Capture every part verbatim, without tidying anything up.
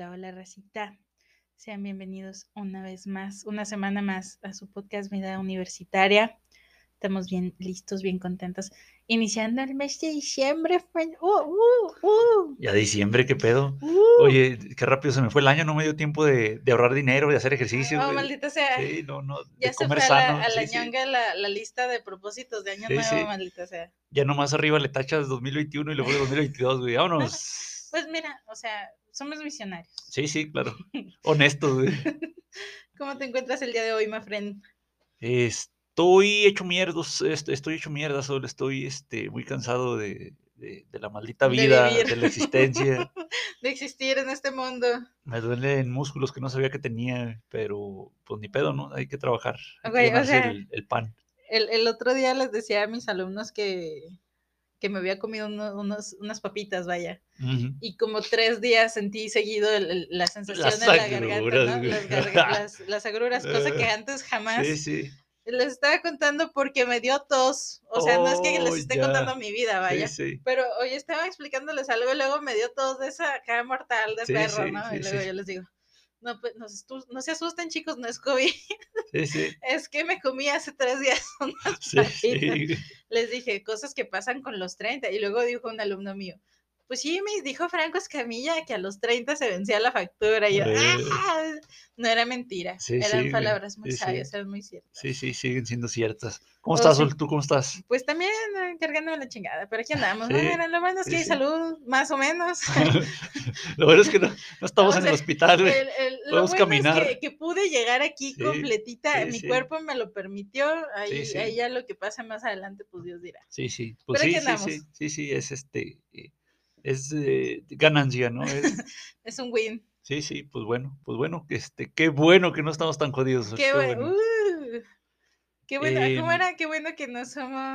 Hola, hola, racita. Sean bienvenidos una vez más, una semana más a su podcast Vida Universitaria. Estamos bien listos, bien contentos. Iniciando el mes de diciembre. Uh, uh, uh. Ya diciembre, ¿qué pedo? Uh. Oye, qué rápido se me fue el año, no me dio tiempo de, de ahorrar dinero, de hacer ejercicio. Oh, güey. maldita sea. Sí, no, no, Ya de se comer fue a la, sano. a la Sí, sí, ñonga la, la lista de propósitos de año sí, nuevo, sí. maldita sea. Ya nomás arriba le tachas dos mil veintiuno y luego de dos mil veintidós, güey, vámonos. Pues mira, o sea, somos visionarios. Sí, sí, claro. Honestos, güey. ¿Cómo te encuentras el día de hoy, my friend? Estoy hecho mierdas, est- estoy hecho mierda, solo estoy este, muy cansado de, de, de la maldita De vida, vivir. de la existencia. De existir en este mundo. Me duelen músculos que no sabía que tenía, pero pues ni pedo, ¿no? Hay que trabajar, hay que Güey, o ganarse sea, el, el pan. el, el otro día les decía a mis alumnos que, que me había comido uno, unos, unas papitas, vaya. Ujú. Y como tres días sentí seguido el, el, la sensación Las en la garganta, agruras, ¿no? güey. Las, garga- las, las agruras, cosa que antes Sí, jamás sí. les estaba contando porque me dio tos. O sea, no es que Oh, les esté contando ya. mi vida, Sí, vaya. sí. Pero hoy estaba explicándoles algo y luego me dio tos de esa cara mortal de Sí, perro, sí, ¿no? Y sí, luego sí. yo les digo, no, pues, no, no se asusten, chicos, no es COVID. Sí, sí. Es que me comí hace tres días unas Sí, papitas. sí. Les dije, cosas que pasan con los treinta. Y luego dijo un alumno mío, pues sí, me dijo Franco Escamilla que a los treinta se vencía la factura. Y yo, Eh, ¡ah! No era mentira. sí, Eran sí, güey. palabras muy Sí, sí. sabias, eran muy Sí, ciertas. sí, siguen siendo ciertas. ¿Cómo Oh, estás, sí. Sol? ¿Tú cómo estás? Pues también eh, cargándome la chingada, pero aquí andamos, ¿no? Sí, Mira, lo bueno es sí, que hay sí. salud, más o menos. Lo bueno es que no, no estamos O en el sea, hospital, güey. el, el, lo Podemos bueno es que, caminar. que, pude llegar aquí Sí, completita, sí, mi sí. cuerpo me lo permitió, Sí, ahí, ahí sí. ya lo que pase más adelante, pues Dios dirá. Sí, sí. Pues Pero aquí sí, sí, sí. andamos, Sí, sí. Es este. eh, Es eh, ganancia, ¿no? Es. es un win. Sí, sí, pues bueno, pues bueno, este, qué bueno que no estamos tan jodidos, Sol, Qué qué bueno, bueno. uh, qué bueno, ¿cómo Em, era? Qué bueno que no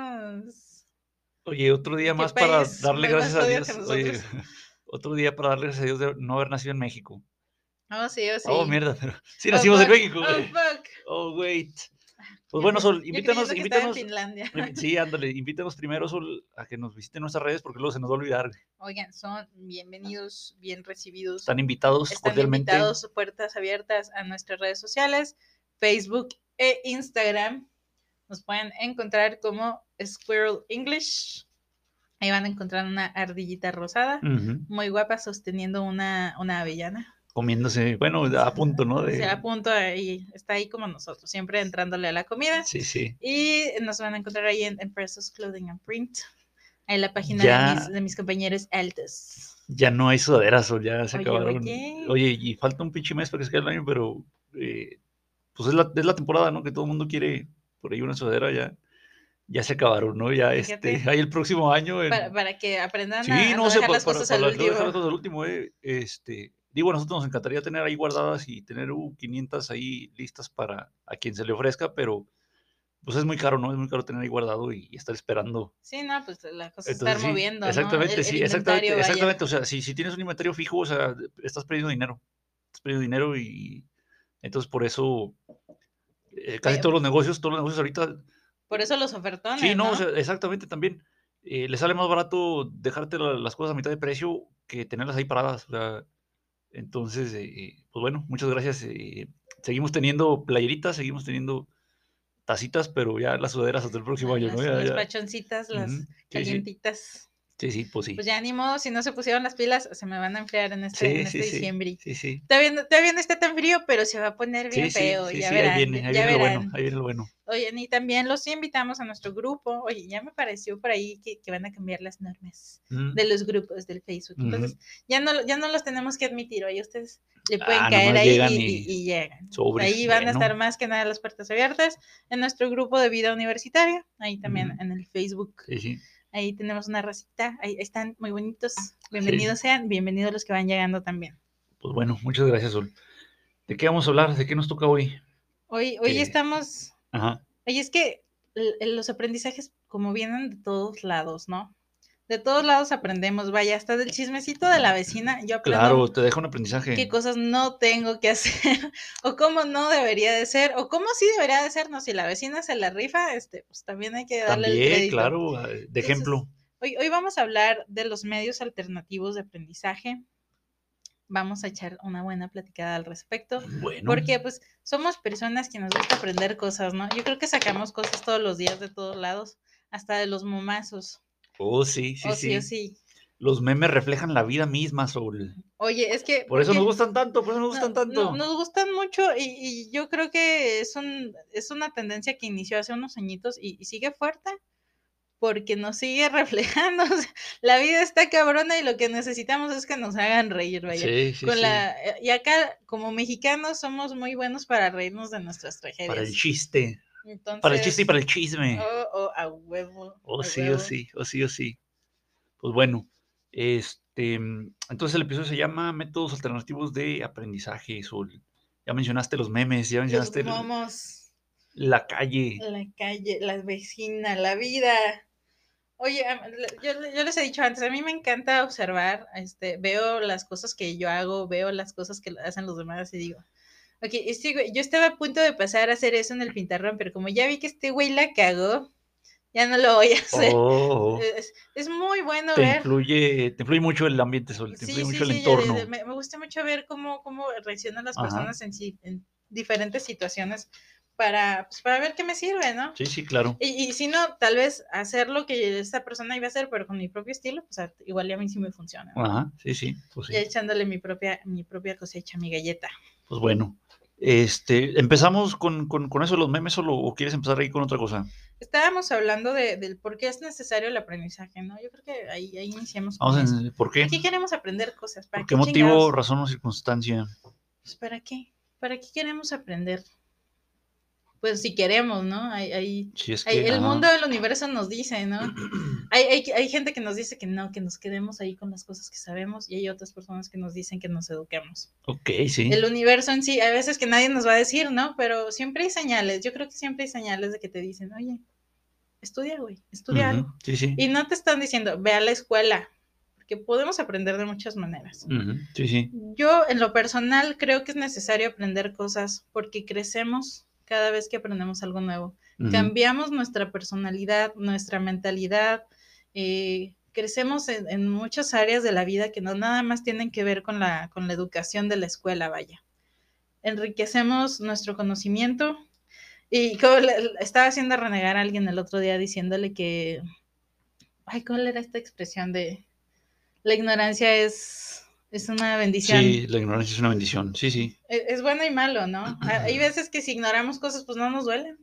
somos, oye, otro día qué más para país darle más, más gracias a jodido que Dios. Oye, nosotros. otro día para darle gracias a Dios de no haber nacido en México. Oh, sí, oh, Oh, sí. mierda, pero sí Oh, nacimos en fuck, México, oh, güey. fuck. Oh, wait. Pues Yo, bueno, Sol, yo invítanos, creyendo que estaba en invítanos. Finlandia. eh, Sí, ándale, invítanos primero, Sol, a que nos visiten nuestras redes porque luego se nos va a olvidar. Oigan, son bienvenidos, bien recibidos. Están invitados Están cordialmente. invitados, puertas abiertas a nuestras redes sociales, Facebook e Instagram. Nos pueden encontrar como Squirrel English. Ahí van a encontrar una ardillita rosada, Ujú. muy guapa, sosteniendo una, una avellana. Comiéndose, bueno, a punto, ¿no? O sea, De, a punto ahí, está ahí como nosotros, siempre entrándole a la comida. sí, sí. Y nos van a encontrar ahí en, en Precious Clothing and Print, en la página de mis, Ya, de mis compañeros altos. ya no hay sudaderas, Sol, ya se Oye, acabaron. oye. Oye, y falta un pinche mes para que se acabe el año, pero eh, pues es la, es la temporada, ¿no? Que todo el mundo quiere por ahí una sudadera, ya, ya se acabaron, ¿no? Ya este, Fíjate, hay el próximo año para, en. para que aprendan Sí, a, a no, no o sea, dejar para, las para, cosas al para no último. dejar todo el último, eh, este, digo, a nosotros nos encantaría tener ahí guardadas y tener uh, quinientas ahí listas para a quien se le ofrezca, pero pues es muy caro, ¿no? Es muy caro tener ahí guardado y, y estar esperando. Sí, no, pues la cosa es estar Entonces sí, moviendo, ¿no? exactamente, El, el sí, inventario, exactamente, vaya. exactamente, o sea, si, si tienes un inventario fijo, o sea, estás perdiendo dinero, estás perdiendo dinero y entonces por eso eh, casi Ve, todos los negocios, todos los negocios ahorita, por eso los sí, ofertones, no, o ¿no? sea, exactamente también, eh, le sale más barato dejarte la- las cosas a mitad de precio que tenerlas ahí paradas, o sea, entonces, eh, pues bueno, muchas gracias. eh, seguimos teniendo playeritas, seguimos teniendo tacitas, pero ya las sudaderas hasta el próximo año, ¿no? Las, Ya, las ya. pachoncitas, las Ujú. Sí, sí, calientitas. sí, sí, pues sí. Pues ya ni modo, si no se pusieron las pilas, se me van a enfriar en este, en Sí, sí, este sí, diciembre. sí, sí. Todavía no, todavía no está tan frío, pero se va a poner Sí, bien sí, feo, sí, ya sí, ahí verán, ya, viene, ahí ya viene lo bueno, verán. ahí viene lo bueno. Oye, y también los invitamos a nuestro grupo. Oye, ya me pareció por ahí que, que van a cambiar las normas Mm, de los grupos del Facebook. ujú. Entonces, ya no, ya no los tenemos que admitir. Oye, ustedes le pueden Ah, caer nomás ahí llegan y, y- y y llegan. sobres, Ahí van a estar bueno. más que nada las puertas abiertas en nuestro grupo de vida universitaria. Ahí también Ujú. en el Facebook. Sí, sí, Ahí tenemos una racita. Ahí están muy bonitos. sí. Bienvenidos sean. Bienvenidos los que van llegando también. Pues bueno, muchas gracias, Sol. ¿De qué vamos a hablar? ¿De qué nos toca hoy? Hoy, hoy Que, estamos. ajá. Oye, es que los aprendizajes como vienen de todos lados, ¿no? De todos lados aprendemos, vaya, hasta del chismecito de la vecina, yo Claro, aprendo te deja un aprendizaje. qué cosas no tengo que hacer, o cómo no debería de ser, o cómo sí debería de ser, no, si la vecina se la rifa, este, pues también hay que darle el También, crédito. claro, de Entonces, ejemplo. hoy, hoy vamos a hablar de los medios alternativos de aprendizaje, vamos a echar una buena platicada al respecto, Bueno. porque pues somos personas que nos gusta aprender cosas, ¿no? Yo creo que sacamos cosas todos los días de todos lados, hasta de los momazos. Oh, sí, sí, O sí, o sí. sí. Los memes reflejan la vida misma, Soul. Oye, es que... Por eso porque nos gustan tanto, por eso nos no, gustan no, tanto. nos gustan mucho y, y yo creo que es, un, es una tendencia que inició hace unos añitos y, y sigue fuerte porque nos sigue reflejando. O sea, la vida está cabrona y lo que necesitamos es que nos hagan reír, vaya. Sí, sí, Con sí. la, y acá, como mexicanos, somos muy buenos para reírnos de nuestras tragedias. Para el chiste. Entonces, Para el chiste y para el chisme. Oh, oh, a huevo. Oh, a sí, huevo. oh, sí, oh, sí, oh, sí. Pues bueno, este, entonces el episodio se llama Métodos Alternativos de Aprendizaje, Sol. Ya mencionaste los memes, ya mencionaste Los momos, el, la calle. la calle, la vecina, la vida. Oye, yo, yo, les he dicho antes, a mí me encanta observar, este, veo las cosas que yo hago, veo las cosas que hacen los demás y digo, ok, este güey, yo estaba a punto de pasar a hacer eso en el pintarrón, pero como ya vi que este güey la cagó, ya no lo voy a hacer. Oh, es, es, muy bueno te ver. Influye, te influye mucho el ambiente, Sol, te sí, influye sí, mucho sí, el entorno. Me, me gusta mucho ver cómo, cómo reaccionan las Ajá. personas en, en diferentes situaciones. Para, pues, para ver qué me sirve, ¿no? Sí, sí, claro. Y, y si no, tal vez hacer lo que esta persona iba a hacer, pero con mi propio estilo, pues igual ya a mí sí me funciona, ¿no? Ajá, sí, sí, pues sí. Ya echándole mi propia, mi propia cosecha, mi galleta. Pues bueno, este, ¿empezamos con, con, con eso de los memes solo o quieres empezar ahí con otra cosa? Estábamos hablando de, del por qué es necesario el aprendizaje, ¿no? Yo creo que ahí, ahí iniciamos con Vamos eso. en, ¿por qué? ¿Por qué queremos aprender cosas? ¿Para ¿Por qué qué motivo, chingados? razón o circunstancia? Pues ¿para qué? ¿Para qué queremos aprender? Pues si queremos, ¿no? Hay, hay, si es que, hay el ajá. mundo del universo nos dice, ¿no? hay, hay, hay gente que nos dice que no, que nos quedemos ahí con las cosas que sabemos y hay otras personas que nos dicen que nos eduquemos. Ok, sí. El universo en sí, hay veces que nadie nos va a decir, ¿no? Pero siempre hay señales, yo creo que siempre hay señales de que te dicen, oye, estudia, güey, estudia uh-huh. algo. Sí, sí. Y no te están diciendo, ve a la escuela, porque podemos aprender de muchas maneras. Uh-huh. Sí, sí. Yo, en lo personal, creo que es necesario aprender cosas porque crecemos cada vez que aprendemos algo nuevo. Uh-huh. Cambiamos nuestra personalidad, nuestra mentalidad, eh, crecemos en, en, muchas áreas de la vida que no nada más tienen que ver con la, con la educación de la escuela, vaya. Enriquecemos nuestro conocimiento y como le, estaba haciendo renegar a alguien el otro día diciéndole que, ay, ¿cuál era esta expresión de la ignorancia es... es una bendición? Sí, la ignorancia es una bendición, sí, sí. Es, es bueno y malo, ¿no? Hay veces que si ignoramos cosas, pues no nos duelen.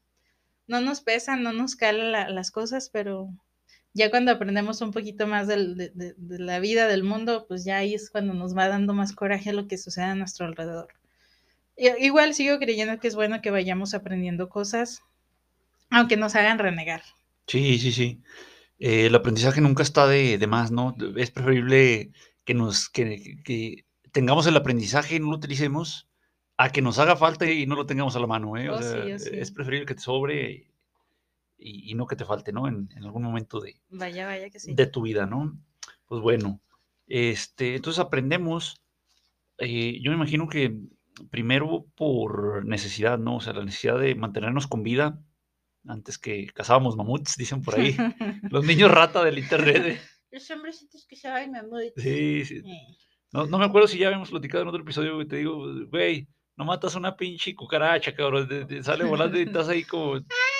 No nos pesan, no nos calan la, las cosas, pero ya cuando aprendemos un poquito más del, de, de, de la vida, del mundo, pues ya ahí es cuando nos va dando más coraje lo que sucede a nuestro alrededor. Y, igual sigo creyendo que es bueno que vayamos aprendiendo cosas, aunque nos hagan renegar. Sí, sí, sí. Eh, el aprendizaje nunca está de, de más, ¿no? Es preferible que nos que, que tengamos el aprendizaje y no lo utilicemos a que nos haga falta y no lo tengamos a la mano, ¿eh? O oh, sea, sí, oh, sí. Es preferible que te sobre y, y no que te falte, ¿no? En, en, algún momento de, vaya, vaya que sí. de tu vida, ¿no? Pues bueno, este, entonces aprendemos, eh, yo me imagino que primero por necesidad, ¿no? O sea, la necesidad de mantenernos con vida, antes que cazábamos mamuts, dicen por ahí. Los niños rata del internet. ¿eh? Los hombrecitos que saben mamuts. Sí, sí. Eh. No, no me acuerdo si ya habíamos platicado en otro episodio, güey, te digo, güey, no matas una pinche cucaracha, cabrón, te, te sale volando y estás ahí como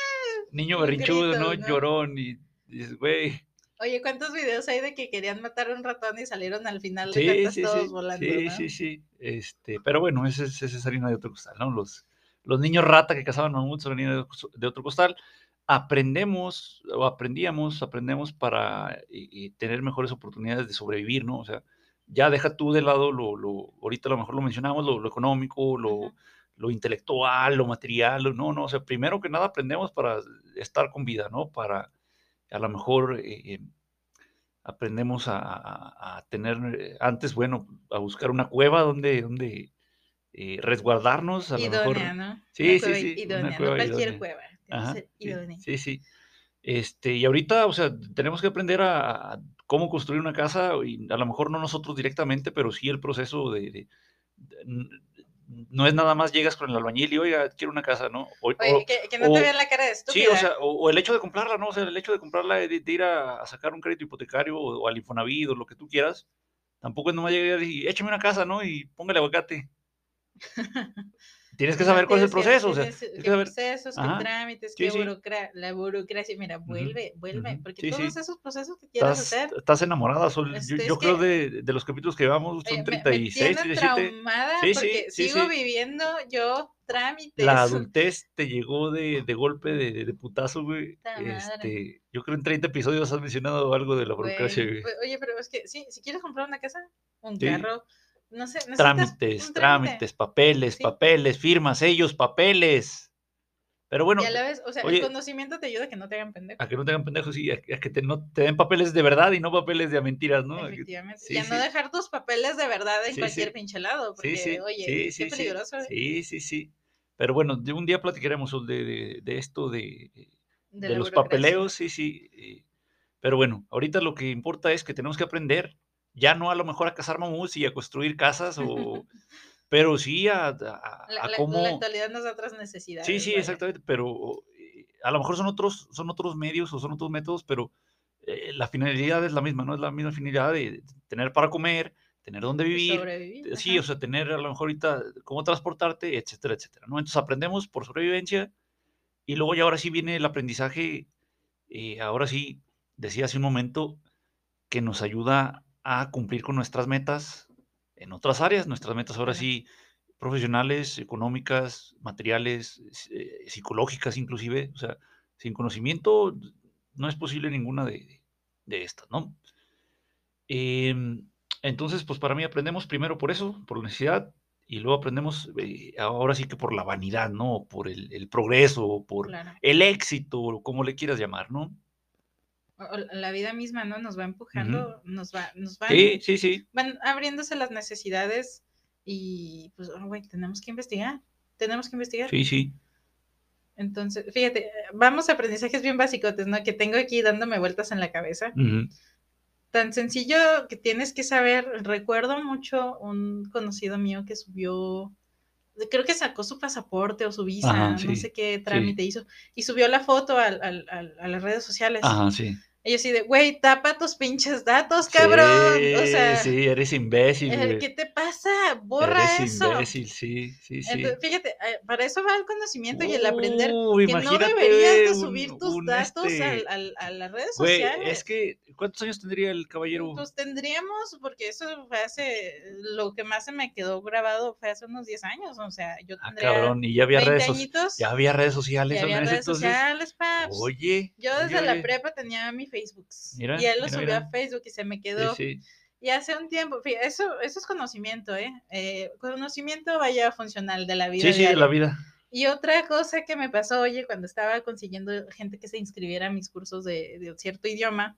niño berrinchudo, ¿no? ¿no? Llorón y dices, güey. Oye, ¿cuántos videos hay de que querían matar a un ratón y salieron al final de sí, cuentas sí, todos sí, volando, sí, ¿no? Sí, sí, este, pero bueno, ese, ese es harina de otro costal, ¿no? Los, los niños rata que cazaban mamuts son harina de, de otro costal. Aprendemos, o aprendíamos, aprendemos para y, y tener mejores oportunidades de sobrevivir, ¿no? O sea, ya deja tú de lado lo, lo ahorita a lo mejor lo mencionamos, lo, lo económico, lo, uh-huh. lo intelectual, lo material, lo, no, no, o sea, primero que nada aprendemos para estar con vida, ¿no? Para a lo mejor eh, aprendemos a, a, a tener, antes, bueno, a buscar una cueva donde, donde eh, resguardarnos, a idónea, lo mejor. ¿no? Sí, sí, sí, idónea, una cueva no cualquier idónea. cueva, Ajá, ser sí, idónea. sí, sí. Este, y ahorita, o sea, tenemos que aprender a, a cómo construir una casa, y a lo mejor no nosotros directamente, pero sí el proceso de, de, de no es nada más llegas con el albañil y, oiga, quiero una casa, ¿no? O, Oye, que, que, no o, te vean la cara de estúpida. Sí, o sea, o, o, el hecho de comprarla, ¿no? O sea, el hecho de comprarla, de, de ir a, a, sacar un crédito hipotecario o, o al Infonavit o lo que tú quieras, Tampoco es nomás llegar y échame una casa, ¿no? Y póngale aguacate. Tienes que Sí, no, saber cuál es el tienes que, proceso, o sea, tienes tienes que que saber. procesos, que Ajá. trámites, Sí, que sí. burocracia, la burocracia, mira, Ujú, vuelve, vuelve, ujú. porque Sí, todos sí. esos procesos que quieras Estás hacer, estás enamorada, Sol. Yo este, yo es creo que, de de los capítulos que llevamos oye, son me, treinta me y seis, tienen treinta y siete. traumada Sí, sí, porque sí, sigo sí. viviendo yo La trámites. adultez te llegó de de golpe, de de putazo, güey. Puta madre, Este, yo creo en treinta episodios has mencionado algo de la burocracia, güey. güey. Pues, oye, pero es que sí, si quieres comprar una casa, un Sí. carro, no sé, necesitas Trámites, un trámite, trámites, papeles, sí. papeles, firmas, sellos, papeles. Pero Y bueno, a la vez, o sea, el oye, conocimiento te ayuda a que no te hagan a pendejo. que no te hagan pendejos y a a que te no te den papeles de verdad y no papeles de a mentiras, ¿no? A que Efectivamente. Y sí, a no sí, dejar tus papeles de verdad en sí, cualquier sí, pinche lado, sí, porque, sí, oye, sí, qué sí, sí, peligroso, ¿eh? sí, sí, sí. Pero bueno, de un día platicaremos Sol, de de de esto de De de la los burocracia. papeleos, sí, sí, eh, pero bueno, ahorita lo que importa es que tenemos que aprender, ya no a lo mejor a cazar mamuts y a construir casas o pero sí a a La, a la, la cómo. actualidad nos da otras Sí, necesidades, sí, vaya. exactamente, pero, eh, a lo mejor son otros son otros medios o son otros métodos, pero, eh, la finalidad es la misma, ¿no? Es la misma finalidad de tener para comer, tener dónde Y vivir, sobrevivir, eh, sí, o ajá. sea, tener a lo mejor ahorita cómo transportarte, etcétera, etcétera, ¿no? Entonces, aprendemos por sobrevivencia y luego ya ahora sí viene el aprendizaje, eh, ahora sí, decía hace un momento, que nos ayuda a cumplir con nuestras metas en otras áreas, nuestras metas ahora Claro. sí profesionales, económicas, materiales, eh, psicológicas inclusive, o sea, sin conocimiento no es posible ninguna de, de estas, ¿no? Em, entonces, pues para mí aprendemos primero por eso, por la necesidad, y luego aprendemos eh, ahora sí que por la vanidad, ¿no? Por el, el progreso, por Claro. el éxito, como le quieras llamar, ¿no? O- o la vida misma, ¿no? Nos va Ujú. empujando, nos va, nos Sí, van, sí, sí, van abriéndose las necesidades y pues, oh, güey, tenemos que investigar, tenemos que investigar. sí, sí. Entonces, fíjate, vamos a aprendizajes bien básicos, ¿no? Que tengo aquí dándome vueltas en la cabeza. Ujú. Tan sencillo que tienes que saber, recuerdo mucho un conocido mío que subió, creo que sacó su pasaporte o su Ajá, visa, no sí, sé qué sí. trámite hizo, y subió la foto al, al, al, a las redes sociales. Ajá, sí. Y yo así de, güey, tapa tus pinches datos, cabrón. O Sí, sea, sí, eres imbécil, eh, güey. ¿qué te pasa? Eres Borra eso. imbécil, sí, sí, Entonces, sí. fíjate, eh, para eso va el conocimiento y el aprender Uh, que no imagínate, deberías güey, de un subir tus un, datos al, este, al, a las redes güey, es sociales. que, ¿cuántos años tendría el Mm, caballero? Pues tendríamos, porque eso fue hace, lo que más se me quedó grabado fue hace unos diez años, o sea, yo Ah, tendría cabrón, y ya había veinte redes soci ya añitos, había redes sociales ya en había ese redes entonces. sociales, paps. Oye, Yo oye, desde la oye, prepa tenía mi Facebook y mira, él lo mira, subió a mira. Facebook y se me Sí, quedó. sí. Y hace un tiempo, fíjate, eso, eso es conocimiento, ¿eh? ¿eh? Conocimiento vaya funcional de la Sí, vida sí, de la diaria. vida. Y otra cosa que me pasó, oye, cuando estaba consiguiendo gente que se inscribiera a mis cursos de, de cierto idioma,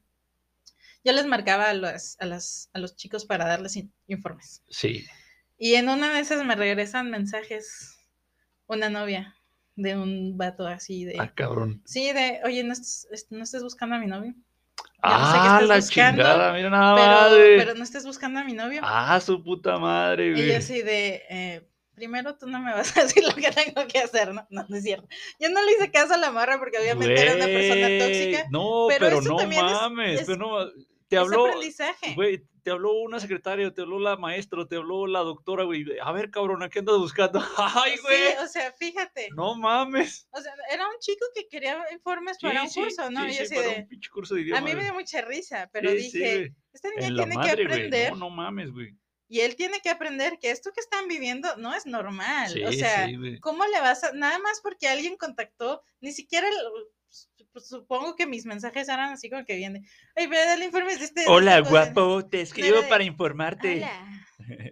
yo les marcaba a, las, a, las, a los chicos para darles in, informes. Sí. Y en una de esas me regresan mensajes una novia de un vato así Ah, de, cabrón. sí, de, oye, no estés, no estés buscando a mi novio. Yo no sé qué Ah, estés la buscando, chingada, mira nada más, pero, güey. pero no estés buscando a mi novio. Ah, su puta madre, Y yo güey. así de, eh, primero tú no me vas a decir lo que tengo que hacer, ¿no? No, no es cierto. Yo no le hice caso a la morra porque obviamente era una persona Güey, tóxica, no, pero pero eso no también es, mames, pero es, no, te es habló, aprendizaje. güey, te habló una secretaria, te habló la maestra, te habló la doctora, güey. A ver, cabrón, ¿a qué andas buscando? Ay, Sí, güey, o sea, fíjate. no mames. O sea, era un chico que quería informes para Sí, un sí, curso, ¿no? sí, Y yo sí, así para un de, pinche curso de a idioma, mí me güey. dio mucha risa, pero Sí, sí, dije, güey. esta niña En la tiene que madre, güey. aprender No, no mames, güey. y él tiene que aprender que esto que están viviendo no es normal. O Sí, sea, sí, güey. ¿cómo le vas a, nada más porque alguien contactó, ni siquiera, pues, supongo que mis mensajes eran así como que viene, oye, pero dale informes de, este, de esta Hola, cosa. guapo, te No era escribo para de, informarte. hola,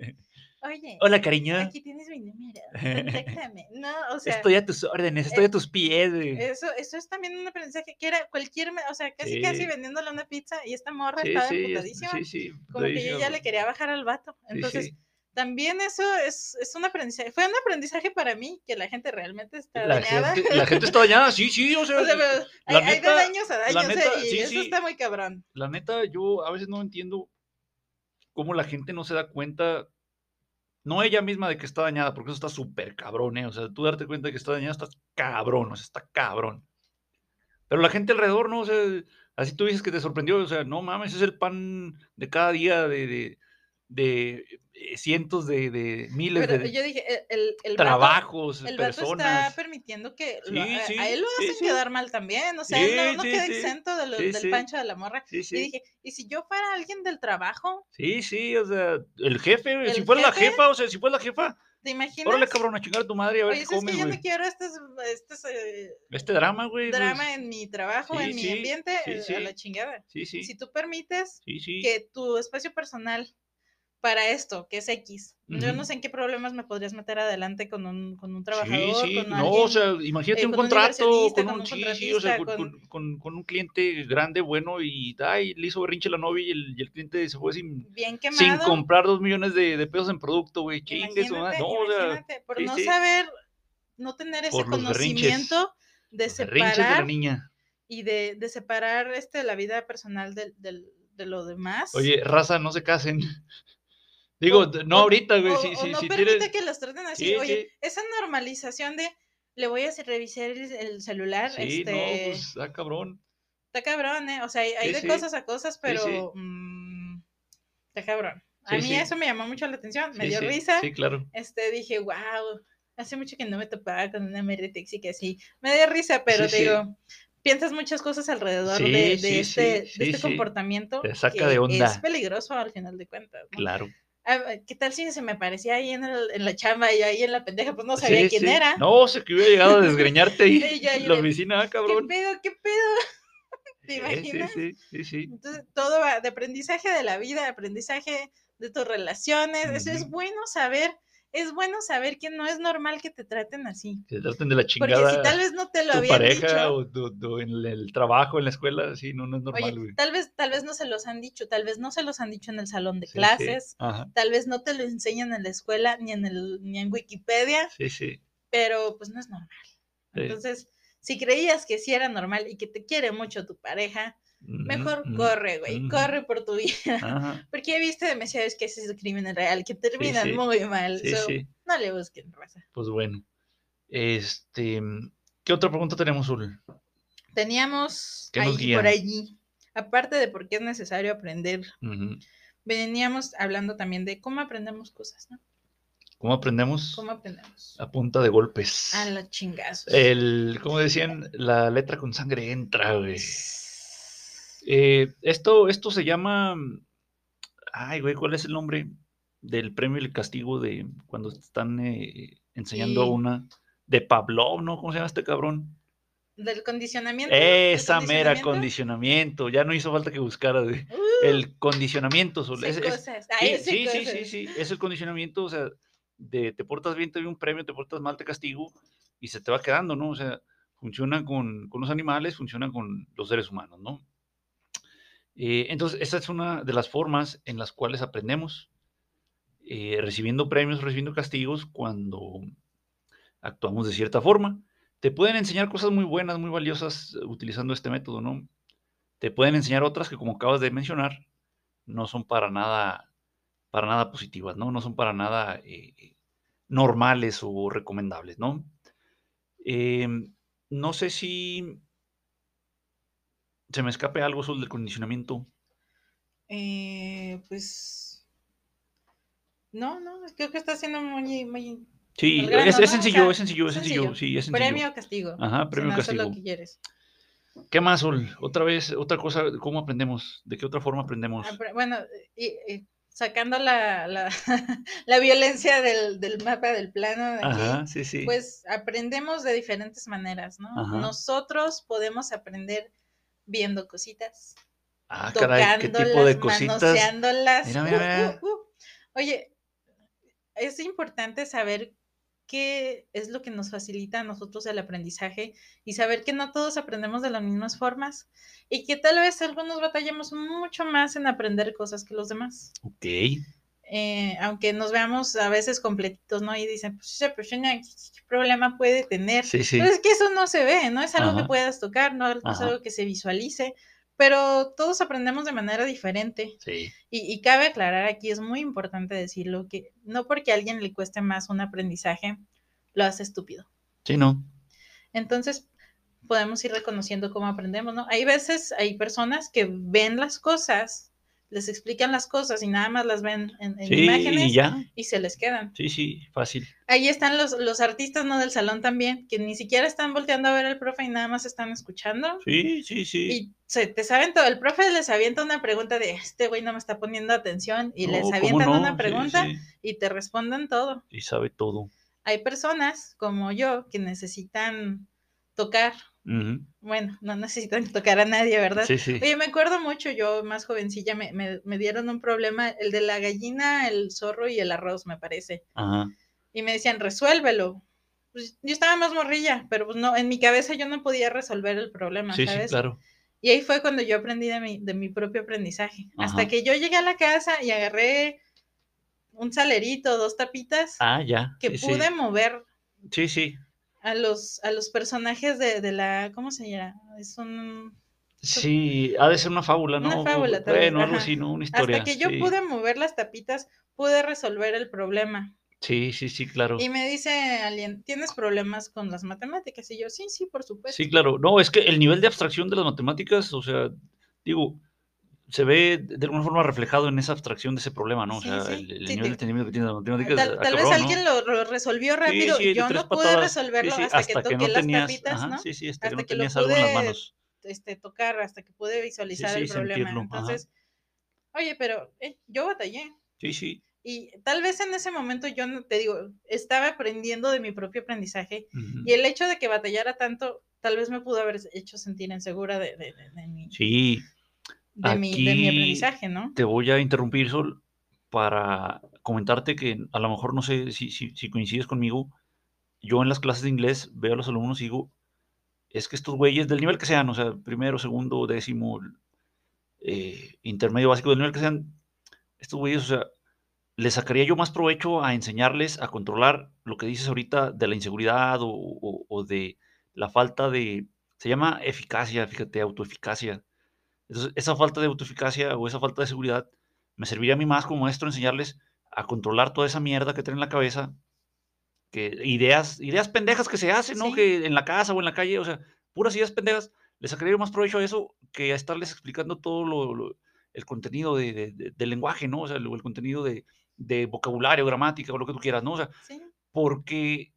oye, Hola, cariño. aquí tienes mi número, contáctame. No, o sea, Estoy a tus órdenes, estoy eh, a tus pies, güey. eso, eso es también un aprendizaje que era cualquier, o sea, casi casi Sí, vendiéndole una pizza y esta morra sí, estaba sí, es emputadísima, sí, sí, como que yo putadísima, ya bro. le quería bajar al vato. Sí, Entonces, sí. también eso es, es un aprendizaje, fue un aprendizaje para mí, que la gente realmente está La dañada. gente la gente está dañada, sí, sí, o sea, O sea, pero hay, la hay de neta daños a la daños, ¿eh? neta, Y sí, eso está sí, muy cabrón. la neta, yo a veces no entiendo cómo la gente no se da cuenta, no ella misma de que está dañada, porque eso está súper cabrón, ¿eh? O sea, tú darte cuenta de que está dañada, estás cabrón, o sea, está cabrón. Pero la gente alrededor, ¿no? O sea, así tú dices que te sorprendió, o sea, no mames, es el pan de cada día de de de eh, cientos de, de miles Pero de yo dije, e el el vato trabajos, el vato está personas. permitiendo que lo Sí, a a él sí, lo sí, hacen sí. quedar mal también, o sea, él no Sí, no sí, queda sí. exento de lo Sí, del sí. pancho de la morra. Sí, Y sí. dije, ¿y si yo fuera alguien del trabajo? Sí, sí, o sea, el jefe, güey, si ¿El fuera la jefe? jefa, o sea, si fuera la jefa, ¿Te órale, imaginas? cabrón, a chingar a tu madre y a ver Oye, qué ¿sabes comes, qué? Ya no güey. quiero estos estos, eh, Este drama, güey, drama pues, en mi trabajo, sí, en mi sí, ambiente, sí, eh, a la sí, chingada. sí, Y sí, si tú permites sí, sí. que tu espacio personal para esto, que es X. Yo no Ujú. sé en qué problemas me podrías meter adelante con un, con un Sí, trabajador, sí, con no, o alguien, sea, imagínate eh, un con un contrato inversionista, con con un un sí, sí, o sea, contratista, con con... con con con un cliente grande, bueno, y ay, le hizo berrinche la novia y el y el cliente se fue sin Bien sin quemado. comprar dos millones de de pesos en producto, güey, chingue su madre. Imagínate, No, o sea, imagínate, por sí, no sí, saber, no tener ese por los berrinches, conocimiento de los berrinches de la separar niña. y de, de separar este, la vida personal del, del, de lo demás. Oye, raza, no se casen. O, Digo, d no o, ahorita, güey, o, si o si no si permite tienes que los traten así. sí, Oye, sí, esa normalización de le voy a hacer revisar el, el celular, sí, no, este, pues, ah, cabrón. está cabrón, ¿eh? O sea, hay, hay Sí, de sí, cosas a cosas, sí, sí, pero mm, está cabrón. A sí, mí sí, eso me llamó mucho la atención, me sí, dio sí, risa. sí, claro. Este, dije, wow, hace mucho que no me topaba con una Mary que así. Me dio risa, Sí, pero te sí. digo, piensas muchas cosas alrededor de, Sí, de, sí, sí, este, de sí, este sí. comportamiento Te saca de que es onda, peligroso al final de cuentas, ¿no? claro. Ah, ¿qué tal si se me aparecía ahí en, el, en la chamba y yo ahí en la pendeja? Pues no sabía Sí, quién sí. era. No, sé que hubiera llegado a desgreñarte ahí Y yo ahí en la de, oficina, ah, ¿qué cabrón. pedo? ¿Qué pedo? ¿Te Eh, sí, imaginas? sí, sí, sí. Entonces, todo va de aprendizaje de la vida, de aprendizaje de tus relaciones. Eso es Ujú. bueno saber. Es bueno saber que no es normal que te traten así. Que te traten de la Porque si chingada tal vez no te lo tu habían pareja dicho, o tu tu en el trabajo, en la escuela, sí, no, no es normal, oye, güey. tal vez, tal vez no se los han dicho, tal vez no se los han dicho en el salón de Sí, sí. clases, Ajá. tal vez no te lo enseñan en la escuela ni en, el, ni en Wikipedia, Sí, sí. pero pues no es normal. Sí. Entonces, si creías que sí era normal y que te quiere mucho tu pareja, Ujú, mejor ujú, corre, güey, ujú. corre por tu vida. Ajá. Porque he visto demasiados casos de crímenes real que Sí, terminan sí. muy mal. Sí, So, sí. no le busquen raza. Pues bueno. Este, ¿qué otra pregunta tenemos, Zul? Teníamos ¿Qué nos ahí por guía? allí, aparte de por qué es necesario aprender, Ujú. veníamos hablando también de cómo aprendemos cosas, ¿no? ¿Cómo aprendemos? ¿Cómo aprendemos? A punta de A golpes. los chingazos. El, como decían, la letra con sangre entra, güey. Eh, esto, esto se llama. Ay, güey, ¿cuál es el nombre del premio y el castigo de cuando te están eh, enseñando a Y una? De Pavlov, ¿no? ¿Cómo se llama este cabrón? del condicionamiento, del Esa mera condicionamiento, condicionamiento. Ya no hizo falta que buscara, güey. uh, El condicionamiento. Sol- Es, sé es- cosas, ay, sí, sé sí, sí, sí, cosas. sí. Es el condicionamiento, o sea, de te portas bien, te doy un premio, te portas mal, te castigo, y se te va quedando, ¿no? O sea, funciona con, con los animales, funciona con los seres humanos, ¿no? Eh, entonces, esa es una de las formas en las cuales aprendemos, eh, recibiendo premios, recibiendo castigos cuando actuamos de cierta forma. Te pueden enseñar cosas muy buenas, muy valiosas eh, utilizando este método, ¿no? Te pueden enseñar otras que, como acabas de mencionar, no son para nada, para nada positivas, ¿no? No son para nada eh, normales o recomendables, ¿no? Eh, no sé si se me escape algo sobre el condicionamiento. Eh, pues no, no, creo que está siendo muy, muy al Sí, es, grano, es ¿no? O sencillo, es sea, sencillo, es sencillo, sencillo. sí, es sencillo. Premio o castigo, Ajá, si premio no haces lo castigo. que quieres. ¿Qué más, Sol? Otra vez, otra cosa, ¿cómo aprendemos? ¿De qué otra forma aprendemos? Bueno, y, y sacando la, la, la violencia del, del, mapa del plano de aquí, Ajá, sí, sí. pues aprendemos de diferentes maneras, ¿no? Ajá. Nosotros podemos aprender viendo cositas, Ah, caray, ¿qué tipo tocándolas, de cositas? manoseándolas. Mira, Uh, mira, uh, mira. uh. Oye, es importante saber qué es lo que nos facilita a nosotros el aprendizaje y saber que no todos aprendemos de las mismas formas y que tal vez algunos batallemos mucho más en aprender cosas que los demás. Ok. Eh, aunque nos veamos a veces completitos, ¿no? Y dicen, pues esa persona, ¿qué problema puede tener? Sí, Pues sí. es que eso no se ve, no es algo que Ajá, puedas tocar, no, no es ajá. algo que se visualice, pero todos aprendemos de manera diferente. Sí. Y, y cabe aclarar aquí, es muy importante decirlo, que no porque a alguien le cueste más un aprendizaje, lo hace estúpido. Sí, no. Entonces, podemos ir reconociendo cómo aprendemos, ¿no? Hay veces, hay personas que ven las cosas, les explican las cosas y nada más las ven en, en Sí, imágenes y ya. y se les quedan. Sí, sí, fácil. Ahí están los, los artistas, ¿no? Del salón también, que ni siquiera están volteando a ver al profe y nada más están escuchando. Sí, sí, sí. Y se te saben todo. El profe les avienta una pregunta de este güey no me está poniendo atención y No, les ¿cómo avientan no? una Sí, pregunta sí. y te responden todo. Y sabe todo. Hay personas como yo que necesitan tocar. Ujú. Bueno, no necesitan tocar a nadie, ¿verdad? Sí, sí. Oye, me acuerdo mucho, yo más jovencilla me, me, me dieron un problema, el de la gallina, el zorro y el arroz, me parece. Ajá. Y me decían, resuélvelo. Pues yo estaba más morrilla, pero pues no, en mi cabeza yo no podía resolver el problema, Sí, sí, ¿sabes? claro. Y ahí fue cuando yo aprendí de mi, de mi propio aprendizaje. Hasta Ajá. que yo llegué a la casa y agarré un salerito, dos tapitas, Ah, ya. que Sí, pude sí. mover Sí, sí. a los, a los personajes de, de la, ¿cómo se llama? Es un, Sí, ha de ser una fábula, una ¿no? fábula tal vez, Bueno, algo ajá. así, ¿no? Una Hasta historia. que yo Sí. pude mover las tapitas, pude resolver el problema. Sí, sí, sí, claro. Y me dice alguien, ¿tienes problemas con las matemáticas? Y yo, sí, sí, por supuesto. Sí, claro. No, es que el nivel de abstracción de las matemáticas, o sea, digo, se ve de alguna forma reflejado en esa abstracción de ese problema, ¿no? O Sí, sea, el, sí, el sí, nivel de te, entendimiento que tiene las matemáticas, tal, ah, tal vez cabrón, alguien ¿no? lo, lo resolvió Sí, rápido, sí, de yo tres no pude patadas. Sí, resolverlo sí, hasta que hasta que toqué no las tenías, tapitas, ajá, ¿no? sí, sí, hasta que Hasta no que lo tenías algo en las pude manos. este, tocar, hasta que pude Sí, visualizar el sí, problema. sentirlo, ajá. Entonces, oye, pero eh, yo batallé. Sí, sí. Y tal vez en ese momento yo no te digo, estaba aprendiendo de mi propio aprendizaje Ujú. y el hecho de que batallara tanto, tal vez me pudo haber hecho sentir insegura de, de, de, de mi, Sí, de, mi, de mi aquí aprendizaje, ¿no? te voy a interrumpir, Sol, para comentarte que a lo mejor no sé si, si, si coincides conmigo. Yo en las clases de inglés veo a los alumnos y digo, es que estos güeyes, del nivel que sean, o sea, primero, segundo, décimo, eh, intermedio, básico, del nivel que sean, estos güeyes, o sea, les sacaría yo más provecho a enseñarles a controlar lo que dices ahorita de la inseguridad o, o- o de la falta de, se llama eficacia, fíjate, autoeficacia. Entonces, esa falta de autoeficacia o esa falta de seguridad me serviría a mí más como maestro enseñarles a controlar toda esa mierda que tienen en la cabeza, que ideas, ideas pendejas que se hacen, ¿no? Sí, Que en la casa o en la calle, o sea, puras ideas pendejas, les sacaría yo más provecho a eso que a estarles explicando todo lo, lo- el contenido de, de- de- del lenguaje, ¿no? O sea, el, el contenido de, de vocabulario, gramática o lo que tú quieras, ¿no? O sea, sí, porque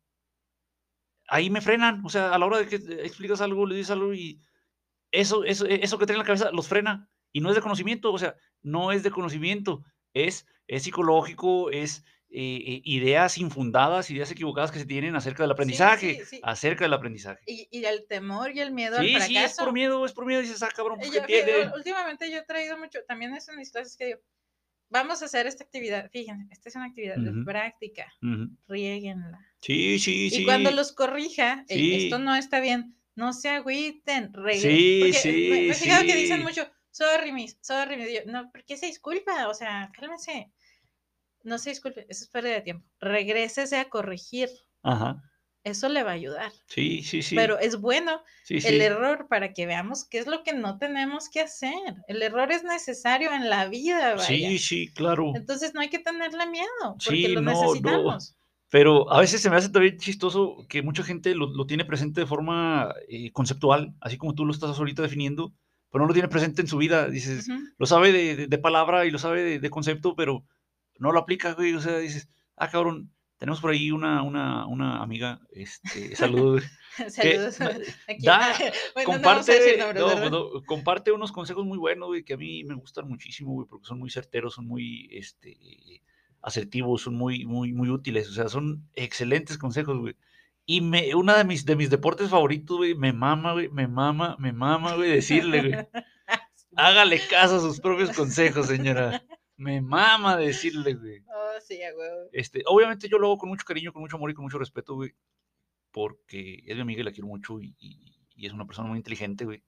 ahí me frenan, o sea, a la hora de que explicas algo, le dices algo y eso eso e, eso que traen en la cabeza los frena, y no es de conocimiento, o sea, no es de conocimiento, es es psicológico, es, eh eh, ideas infundadas, ideas equivocadas que se tienen acerca del sí, aprendizaje, sí, sí. acerca del aprendizaje. Y, y el temor y el miedo al Sí, sí, es por fracaso. miedo, es por miedo, dices: "Ah, cabrón, pues, Y ¿qué yo, fíjate, tiene?". últimamente yo he traído mucho, también es en mis clases que digo, vamos a hacer esta actividad, fíjense, esta es una actividad de Ujú, práctica, ujú. rieguenla. Sí, sí, Y cuando sí, los corrija, "Ey, esto sí, no está bien, no se agüiten, regre-", sí, porque me, sí, me he fijado que dicen sí. mucho, sorry, miss, sorry, miss. Y yo, no, ¿por qué se disculpa? O sea, cálmese, no se disculpe, eso es pérdida de tiempo. Regrésese a corregir, Ajá. eso le va a ayudar. Sí, sí, sí, Pero es bueno sí, el sí. error para que veamos qué es lo que no tenemos que hacer. El error es necesario en la vida, Sí, vaya. sí, claro. Entonces no hay que tenerle miedo, porque Sí, lo no, no. necesitamos. Pero a veces se me hace también chistoso que mucha gente lo, lo tiene presente de forma eh, conceptual, así como tú lo estás ahorita definiendo, pero no lo tiene presente en su vida. Dices, Ujú. lo sabe de, de- de palabra y lo sabe de, de concepto, pero no lo aplica, güey. O sea, dices, ah, cabrón, tenemos por ahí una, una, una amiga, este, saludos, güey, que Saludos. ma- Aquí. da, Bueno, no vamos a decir comparte, nombres, no, pues ¿verdad? no, comparte unos consejos muy buenos, güey, que a mí me gustan muchísimo, güey, porque son muy certeros, son muy, este, asertivos, son muy, muy, muy útiles, o sea, son excelentes consejos, güey. Y me, una de mis, de mis deportes favoritos, güey, me mama, güey, me mama, me mama, güey, decirle, güey, hágale caso a sus propios consejos, señora. Me mama decirle, güey. Oh, sí, a huevo. Este, obviamente yo lo hago con mucho cariño, con mucho amor y con mucho respeto, güey, porque es mi amiga y la quiero mucho y, y- y es una persona muy inteligente, güey.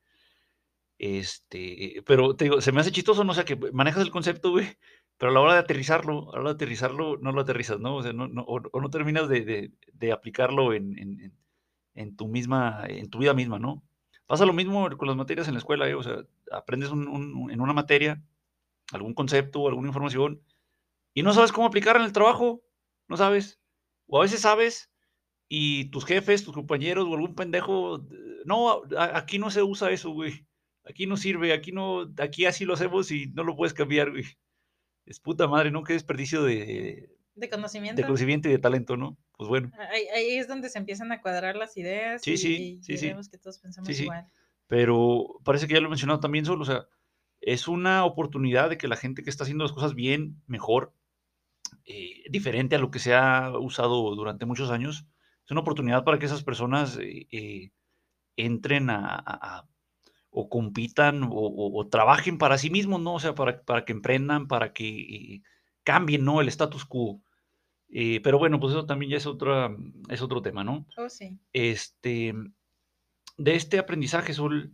Este, pero te digo, se me hace chistoso, ¿no? O sea, que manejas el concepto, güey, pero a la hora de aterrizarlo, a la hora de aterrizarlo, no lo aterrizas, ¿no? O sea, no, no, o, o no terminas de, de- de aplicarlo en, en- en- en tu misma, en tu vida misma, ¿no? Pasa lo mismo con las materias en la escuela, ¿eh? O sea, aprendes un- un- en una materia algún concepto, alguna información, y no sabes cómo aplicarla en el trabajo, no sabes. O a veces sabes, y tus jefes, tus compañeros o algún pendejo, no, a- aquí no se usa eso, güey. aquí no sirve, aquí no, aquí así lo hacemos y no lo puedes cambiar, güey. Es puta madre, ¿no? Qué desperdicio de, De de conocimiento. conocimiento y de talento, ¿no? Pues bueno. Ahí, ahí es donde se empiezan a cuadrar las ideas Sí, y, sí, y sí, sí, queremos que todos sí, pensemos sí. igual. Pero parece que ya lo he mencionado también solo, o sea, es una oportunidad de que la gente que está haciendo las cosas bien, mejor, eh, diferente a lo que se ha usado durante muchos años, es una oportunidad para que esas personas eh, eh, entren a, a- a- o compitan o, o- o trabajen para sí mismos, ¿no? O sea, para, para que emprendan, para que eh, cambien, ¿no? El status quo. Eh, pero bueno, pues eso también ya es otra, es otro tema, ¿no? Oh, sí. Este, de este aprendizaje, Sol,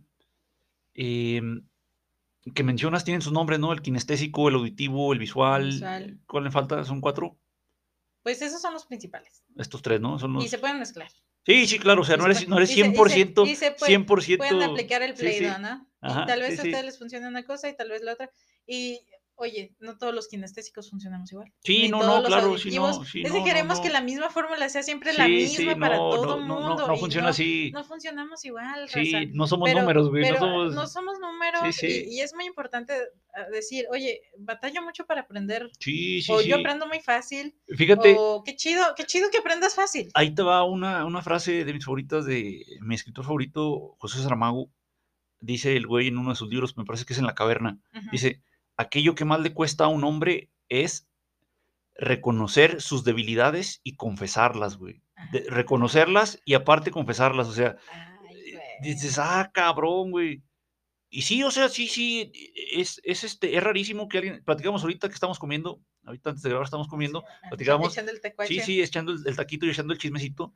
em, que mencionas tienen sus nombres, ¿no? El kinestésico, el auditivo, el visual, Visual. eh, ¿cuál me falta? ¿Son cuatro? Pues esos son los principales. Estos tres, ¿no? Son Y se los pueden mezclar. sí, sí, claro, o sea, Y no se, eres puede, no eres y se, cien y por se, ciento, y se puede, cien por pueden ciento aplicar el sí, Play-Doh, sí. ¿no? Y Ajá, tal sí, vez a sí. ustedes les funciona una cosa y tal vez la otra. Y, oye, no todos los kinestésicos funcionamos igual. Sí, Ni no, todos no, los claro, sí, auditivos. no, sí, Es que no, no, queremos que no. la misma fórmula sea siempre la Sí, sí, misma para no, todo no, no, no, mundo. no Y funciona no, así. no funcionamos igual, Sí, raza. no somos Pero, números, güey, no pero somos no somos sí, números y, sí. y es muy importante ah, decir, oye, batallo mucho para aprender. Sí, sí, O yo sí. aprendo muy fácil. Fíjate, O qué chido, qué chido que aprendas fácil. ahí te va una una frase de mis favoritas de mi escritor favorito, José Saramago. Dice el güey en uno de sus libros, me parece que es en La Caverna, Ujú. dice: "Aquello que más le cuesta a un hombre es reconocer sus debilidades y confesarlas", güey. De reconocerlas y aparte confesarlas, o sea, Ay, eh, dices: güey. "Ah, cabrón, güey". Y sí, o sea, sí, sí, es es, este, es rarísimo que alguien platicamos ahorita que estamos comiendo, ahorita antes de grabar estamos Sí, comiendo, echa- platicábamos echando el sí, tecuache. sí, echando el el taquito y echando el chismecito,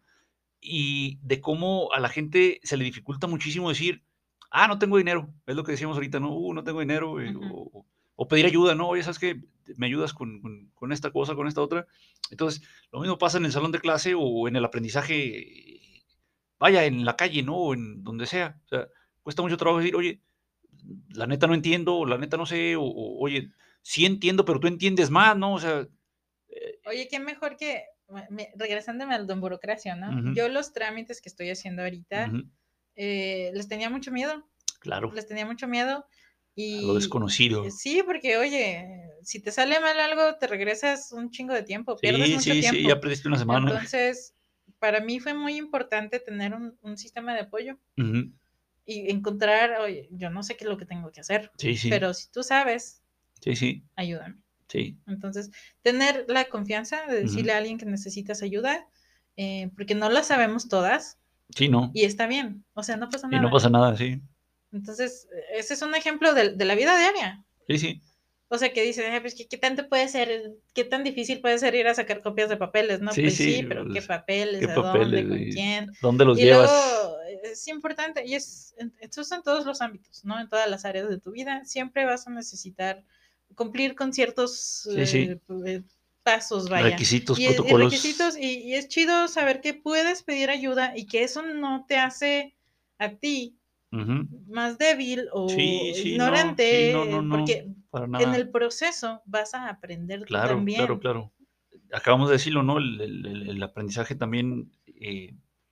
y de cómo a la gente se le dificulta muchísimo decir, ah, no tengo dinero, es lo que decíamos ahorita, ¿no? Uh, no tengo dinero, eh, Ujú. o, o, pedir ayuda, ¿no? Oye, ¿sabes qué? Me ayudas con, con, con, esta cosa, con esta otra. Entonces, lo mismo pasa en el salón de clase o en el aprendizaje, vaya, en la calle, ¿no? O en donde sea. O sea, cuesta mucho trabajo decir, oye, la neta no entiendo, o la neta no sé, o, o oye, sí entiendo, pero tú entiendes más, ¿no? O sea, eh, Oye, qué mejor que, me- regresándome al don burocracia, ¿no? uh -huh, Yo los trámites que estoy haciendo uh ahorita, -huh, eh, les tenía mucho miedo, claro, les tenía mucho miedo a lo y eh, desconocido. sí, porque oye, si te sale mal algo, te regresas un chingo de tiempo, pierdes Sí, mucho sí, sí, ya tiempo. perdiste una semana. Entonces, para mí fue muy importante tener un, un sistema de apoyo Ujú. y encontrar, oye, yo no sé qué es lo que tengo que hacer, Sí, sí, pero si tú sabes, sí, sí, ayúdame. sí. Entonces, tener la confianza de Ujú. decirle a alguien que necesitas ayuda, eh, porque no la sabemos todas Sí, no, y está bien, o sea, no pasa y no nada. pasa nada, sí. Entonces, ese es un ejemplo de, de la vida diaria. Sí, sí, O sea, que dices, "Ay, pues, ¿qué, ¿qué tanto puede ser, qué tan difícil puede ser ir a sacar copias de papeles, no? sí, Pues sí, sí, pero ¿qué pues, papeles? qué ¿A dónde? papeles, ¿Con y quién? dónde los Y llevas. luego es importante, y es, esto es en todos los ámbitos, ¿no? En todas las áreas de tu vida, siempre vas a necesitar cumplir con ciertos Sí, eh, sí, eh, pasos, vaya, requisitos, y, y protocolos. requisitos, y, y es chido saber que puedes pedir ayuda y que eso no te hace a ti Ujú. más débil Sí, o sí, no, sí, no, ignorante, no, eh, no, porque para en nada. el proceso vas a aprender tú Claro, claro, también. claro. Acabamos de decirlo, ¿no? El el el el aprendizaje también, eh,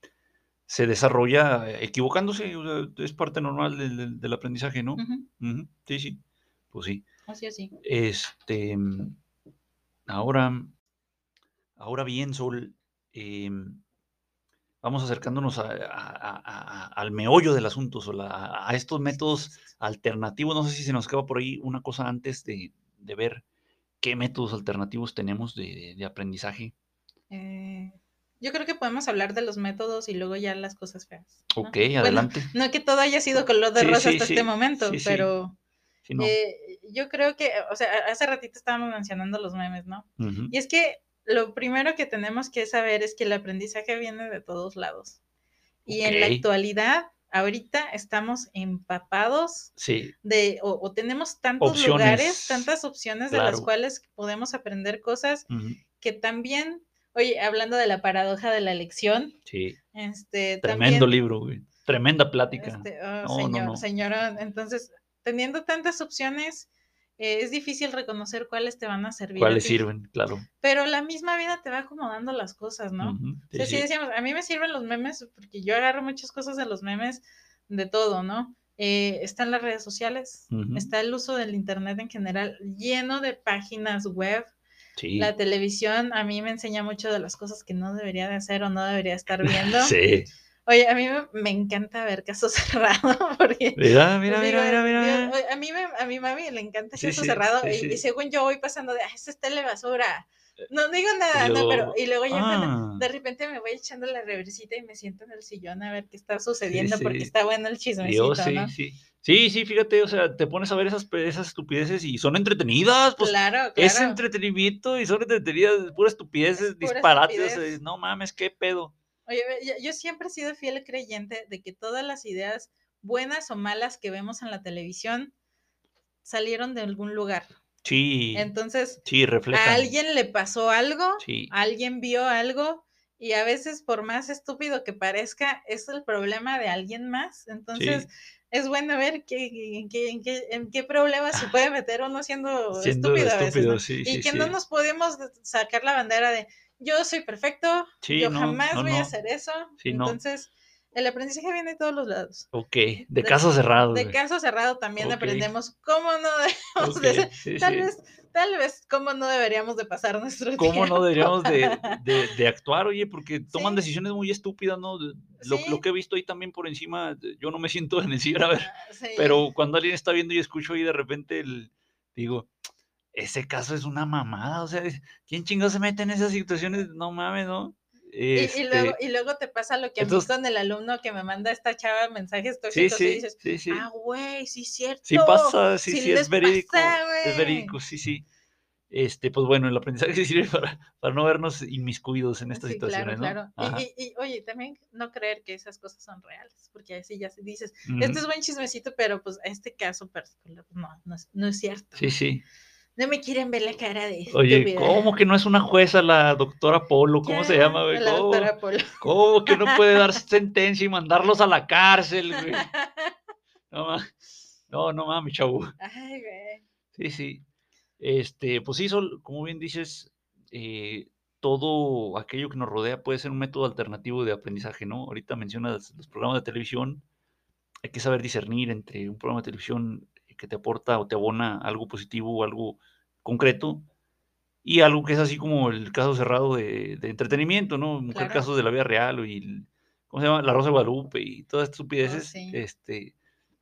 se desarrolla eh, equivocándose, o sea, es parte normal del del del aprendizaje, ¿no? Ujú. Ujú. Sí, sí, pues sí. Así, así. Este, mm, ahora ahora bien, Sol, em, vamos acercándonos a a a a al meollo del asunto, Sol, a a estos métodos alternativos. No sé si se nos queda por ahí una cosa antes de de ver qué métodos alternativos tenemos de de de aprendizaje. Eh, yo creo que podemos hablar de los métodos y luego ya las cosas feas, ¿no? Okey, Bueno, adelante. no que todo haya sido color de Sí, rosa sí, hasta este sí, sí, momento, sí, pero sí, no. eh, yo creo que, o sea, hace ratito estábamos mencionando los memes, ¿no? Ujú. Y es que lo primero que tenemos que saber es que el aprendizaje viene de todos lados. Y en la Okey, actualidad, ahorita estamos empapados sí, de, o, o tenemos tantos lugares, opciones, tantas opciones de las claro. cuales podemos aprender cosas Ujú. que también, oye, hablando de la paradoja de la elección, Sí, este, tremendo también, libro, güey. Tremenda plática. este, oh, No, no, señor, no. señora, entonces, teniendo tantas opciones, eh, es difícil reconocer cuáles te van a servir a ¿Cuáles ti. sirven? Claro. Pero la misma vida te va acomodando las cosas, ¿no? Ujú. O Sí, sea, si sí. decíamos, a mí me sirven los memes porque yo agarro muchas cosas de los memes de todo, ¿no? eh, están las redes sociales, Ujú. está el uso del internet en general, lleno de páginas web. Sí. La televisión a mí me enseña mucho de las cosas que no debería de hacer o no debería estar viendo. Sí. Oye, a mí me, me encanta ver Caso Cerrado porque Mira, mira, digo, mira, mira, Dios, mira. oye, a mí me, a mi mami le encanta Sí, Caso sí, Cerrado sí, y, y sí. según yo voy pasando de, ah, esa es telebasura. No digo Y nada, no, pero luego, y luego ya cuando ah, de repente me voy echando la reversita y me siento en el sillón a ver qué está sí, sucediendo porque sí. está bueno el Dios, chismecito, sí, ¿no? sí. Sí, sí, fíjate, o sea, te pones a ver esas, pe- esas estupideces y son entretenidas, pues Claro, es claro. entretenimiento y son entretenidas, puras Es estupideces, pura disparates, o sea, estupidez. no mames, qué pedo. Oye, yo, yo siempre he sido fiel creyente de que todas las ideas, buenas o malas, que vemos en la televisión salieron de algún lugar. Sí, Entonces, sí, a reflejan, alguien le pasó algo, sí, alguien vio algo, y a veces, por más estúpido que parezca, es el problema de alguien más. Entonces, sí. es bueno ver qué, en, qué, en, qué, en qué problema se puede meter uno siendo Siendo estúpido a veces, estúpido, ¿no? sí, Y sí, que no sí. nos podemos sacar la bandera de yo soy perfecto, Sí, yo no, jamás no, voy a no, hacer eso. sí, no. Entonces, el aprendizaje viene de todos los lados. Ok, de De, caso cerrado, de güey. caso cerrado también Ok, aprendemos cómo no debemos ok, de ser, sí, tal sí. vez, tal vez cómo no deberíamos de pasar nuestro ¿Cómo no tiempo. deberíamos de, de, de actuar, oye? Porque toman Sí, decisiones muy estúpidas, ¿no? De- Lo, lo sí, que he visto ahí también por encima, de- yo no me siento en el ciber a ver, ah, sí. pero cuando alguien está viendo y escucho ahí de repente, el, digo, ese caso es una mamada, o sea, es- ¿quién chingado se mete en esas situaciones? No mames, ¿no? Y, y, luego, Este, y luego te pasa lo que a mí entonces, con el alumno que me manda esta chava mensajes sí, tóxicos y sí, dices, sí, sí, ah, güey, sí es sí cierto, pasa, sí, sí sí, es les pasa, verídico, es güey. verídico, sí, sí. Este, pues bueno, el aprendizaje sí sirve para, para no vernos inmiscuidos en estas Sí, claro, situaciones, ¿no? claro. Y, Ajá. y, y, oye, también no creer que esas cosas son reales, porque así ya se dices, este es Ujú. buen chismecito, pero pues este caso particular, no, no es, no es cierto. Sí, sí. No me quieren ver la cara de Oye, estúpida. ¿cómo que no es una jueza la doctora Polo? ¿Cómo se llama, Ya, güey? la ¿Cómo, doctora Polo. cómo que no puede dar sentencia y mandarlos a la cárcel, güey? No, ma- no, no mames, chavo. Ay, güey. Sí, sí. Este, pues sí, Sol, como bien dices, eh, todo aquello que nos rodea puede ser un método alternativo de aprendizaje, ¿no? Ahorita mencionas los programas de televisión, hay que saber discernir entre un programa de televisión que te aporta o te abona algo positivo o algo concreto y algo que es así como el caso cerrado de, de entretenimiento, ¿no? Mujer Claro. casos de la vida real y, el- ¿cómo se llama? La Rosa de Guadalupe y todas estas Oh, estupideces. sí. Este,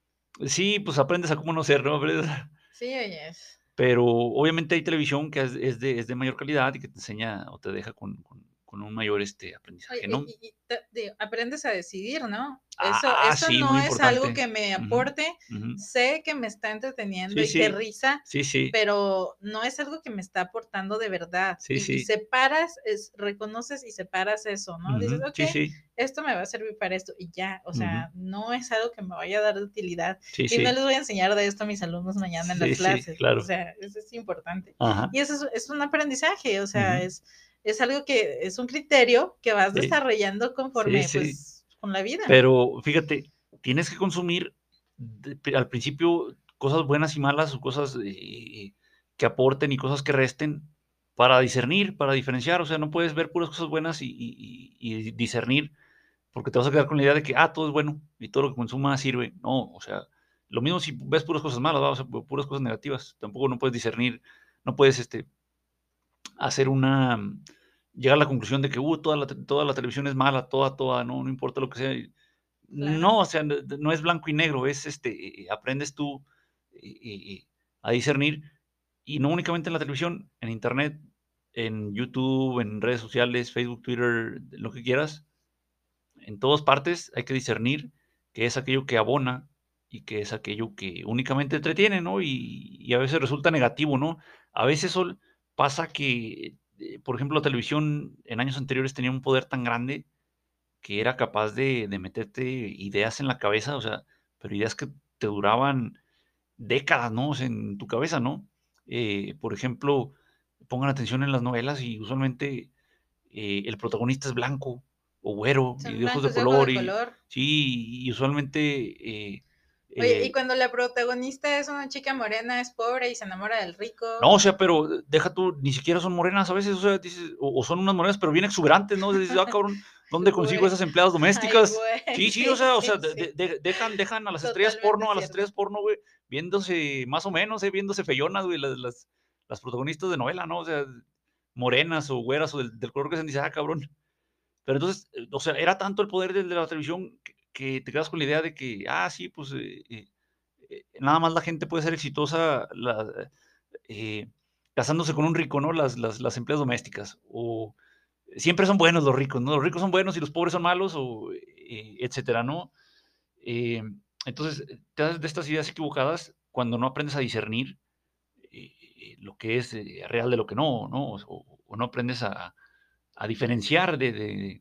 sí, pues aprendes a cómo no ser, ¿no? Aprendes a- Sí, oyes. Pero obviamente hay televisión que es, es de, es de mayor calidad y que te enseña o te deja con, con- con un mayor este, Oye, aprendizaje, y, ¿no? y- y te- digo, aprendes a decidir, ¿no? Eso, Ah, eso sí, no muy es algo importante. que me Ujú, aporte. ujú. Sé que me está entreteniendo Sí, y qué sí, risa, sí, sí, pero no es algo que me está aportando de verdad. sí, Y, y sí. separas, es, reconoces y separas eso, ¿no? Dices, Ujú, ok, sí, sí. esto me va a servir para esto y ya, o Ujú, sea, no es algo que me vaya a dar de utilidad sí, y no sí. les voy a enseñar de esto a mis alumnos mañana en las Sí, sí, clases, o claro. sea, eso es importante. Ajá. Y eso es, es un aprendizaje, o sea, Ujú, es, es algo que es un criterio que vas sí, desarrollando sí, conforme, sí. pues, con la vida. Pero fíjate, tienes que consumir de pri al principio cosas buenas y malas, o cosas, eh, que aporten y cosas que resten para discernir, para diferenciar. O sea, no puedes ver puras cosas buenas y y y y discernir, porque te vas a quedar con la idea de que, ah, todo es bueno y todo lo que consumas sirve. No, o sea, lo mismo si ves puras cosas malas, ¿va? O sea, pu- puras cosas negativas. Tampoco no puedes discernir, no puedes, este, hacer una llegar a la conclusión de que, uh, toda la te toda la televisión es mala, toda, toda, no, no importa lo que sea. Claro, No, o sea, no no es blanco y negro, es, este, eh, aprendes tú, eh eh, a discernir, y no únicamente en la televisión, en Internet, en YouTube, en redes sociales, Facebook, Twitter, lo que quieras, en todas partes hay que discernir qué es aquello que abona y qué es aquello que únicamente entretiene, ¿no? Y y a veces resulta negativo, ¿no? A veces, Sol, pasa que, eh, por ejemplo, la televisión en años anteriores tenía un poder tan grande que era capaz de de meterte ideas en la cabeza, o sea, pero ideas que te duraban décadas, ¿no? O sea, en tu cabeza, ¿no? Eh, por ejemplo, pongan atención en las novelas y usualmente, eh, el protagonista es blanco o güero y son de ojos de blancos de ojo de color y color. sí, y usualmente, eh Oye, y eh cuando la protagonista es una chica morena, es pobre y se enamora del no, o rico. sea, pero deja tú, ni siquiera son morenas a veces, o sea, dices, o o son unas morenas, pero bien exuberantes, ¿no? Dices: "Ah, cabrón", ¿Dónde consigo Güey. esas empleadas Ay, domésticas? güey. Sí, sí, Sí, o sea, o sí, sea, de, sí. de- de- dejan, dejan a las estrellas Totalmente porno, a las cierto. estrellas porno, güey, viéndose más o menos, eh, viéndose feyonas, güey, las, las, las protagonistas de novela, ¿no? O sea, morenas o güeras o del, del color que se dice, ah, cabrón. Pero entonces, eh, o sea, era tanto el poder de, de la televisión que, que te quedas con la idea de que, ah, sí, pues eh, eh, eh, nada más la gente puede ser exitosa la, eh, casándose con un rico, ¿no? Las, las, las empleadas domésticas. O siempre son buenos los ricos, ¿no? Los ricos son buenos y los pobres son malos, o eh, etcétera, ¿no? Eh, entonces, te das de estas ideas equivocadas cuando no aprendes a discernir eh, lo que es eh, real de lo que no, ¿no? O, o no aprendes a, a diferenciar de, de,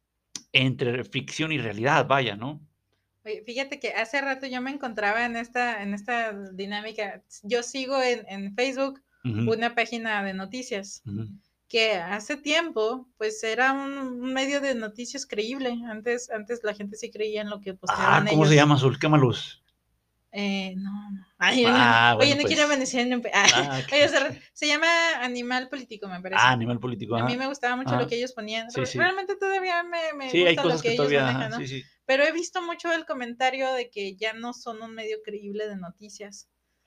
entre ficción y realidad, vaya, ¿no? Oye, fíjate que hace rato yo me encontraba en esta, en esta dinámica. Yo sigo en, en Facebook Ujú, una página de noticias ujú. que hace tiempo, pues era un, un medio de noticias creíble. Antes, antes la gente sí creía en lo que Ah, posteaban ¿cómo se ellos. llama, Azul? Quémalos. Eh, no, no. Ay, no. Ah, Oye, bueno, no quiero pues. amanecer en un... pe- Ah, Ah, oye, o que- sea, se llama Animal Político, me ah, parece. animal político, A mí ajá. me gustaba mucho lo Ajá. que ellos ponían. Sí, Re- sí. Realmente todavía me, me Sí, hay gusta lo cosas que que ellos todavía, manejan, ajá, ¿no? sí, sí. Pero he visto mucho el comentario de que ya no son un medio creíble de noticias.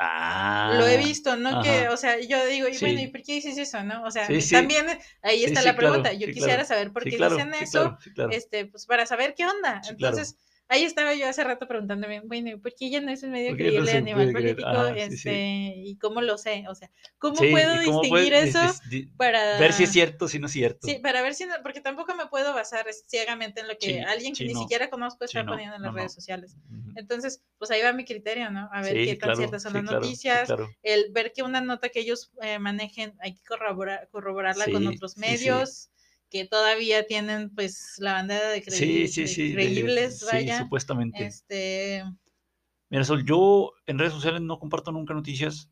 Lo he Ah, visto, no que, ajá. o sea, yo digo, y bueno, ¿y Sí, por qué dices eso, no? O sea, sí, sí. también ahí Sí, está sí, la pregunta. claro, Yo sí, quisiera claro. saber por Sí, qué claro, dicen sí, eso, claro, sí, claro. este, pues para saber qué onda. Sí, claro. Entonces, ahí estaba yo hace rato preguntándome, bueno, ¿y por qué ya no es un medio ¿Por qué no creíble de se animal puede creer? político? Ajá, sí, Este, sí. y cómo lo sé, o sea, ¿cómo Sí, puedo y cómo distinguir puede dis eso dis di ver si es para cierto, si no es sí, cierto. para ver si no, porque tampoco me puedo basar ciegamente en lo que Sí, alguien que sí, ni no. siquiera conozco Sí, está no. poniendo en No, las redes no. sociales. Ujú. Entonces, pues ahí va mi criterio, ¿no? A ver qué Sí, tan claro, ciertas son sí, las claro, sí, noticias, claro. el ver que una nota que ellos eh, manejen hay que corroborar, corroborarla con Sí, otros sí, sí. medios que todavía tienen pues la bandera de, Sí, credi- sí, de sí, de creíbles, sí, vaya. supuestamente. Este, Mira, Sol, yo en redes sociales no comparto nunca noticias,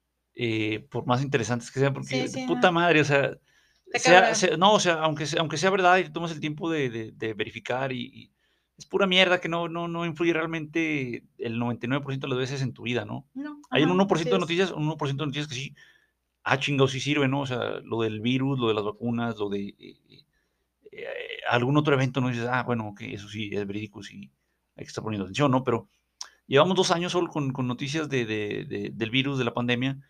eh, por más interesantes que sean, sí, porque sí, puta no, madre, o sea, está sea, cabrón. sea- no, o sea, aunque sea, aunque sea verdad y te tomes el tiempo de, de- de verificar y, y es pura mierda que no, no, no influye realmente el noventa y nueve por ciento de las veces en tu vida, ¿no? No, Hay un ajá, uno por así ciento de es. noticias, un uno por ciento de noticias que sí, ah, chingados, sí sirve, ¿no? O sea, lo del virus, lo de las vacunas, lo de eh, eh, eh, algún otro evento, no dices, ah, bueno, que eso sí es verídico, sí, hay que estar poniendo atención, ¿no? Pero llevamos dos años solo con, con noticias de, de- de- del virus, de la pandemia,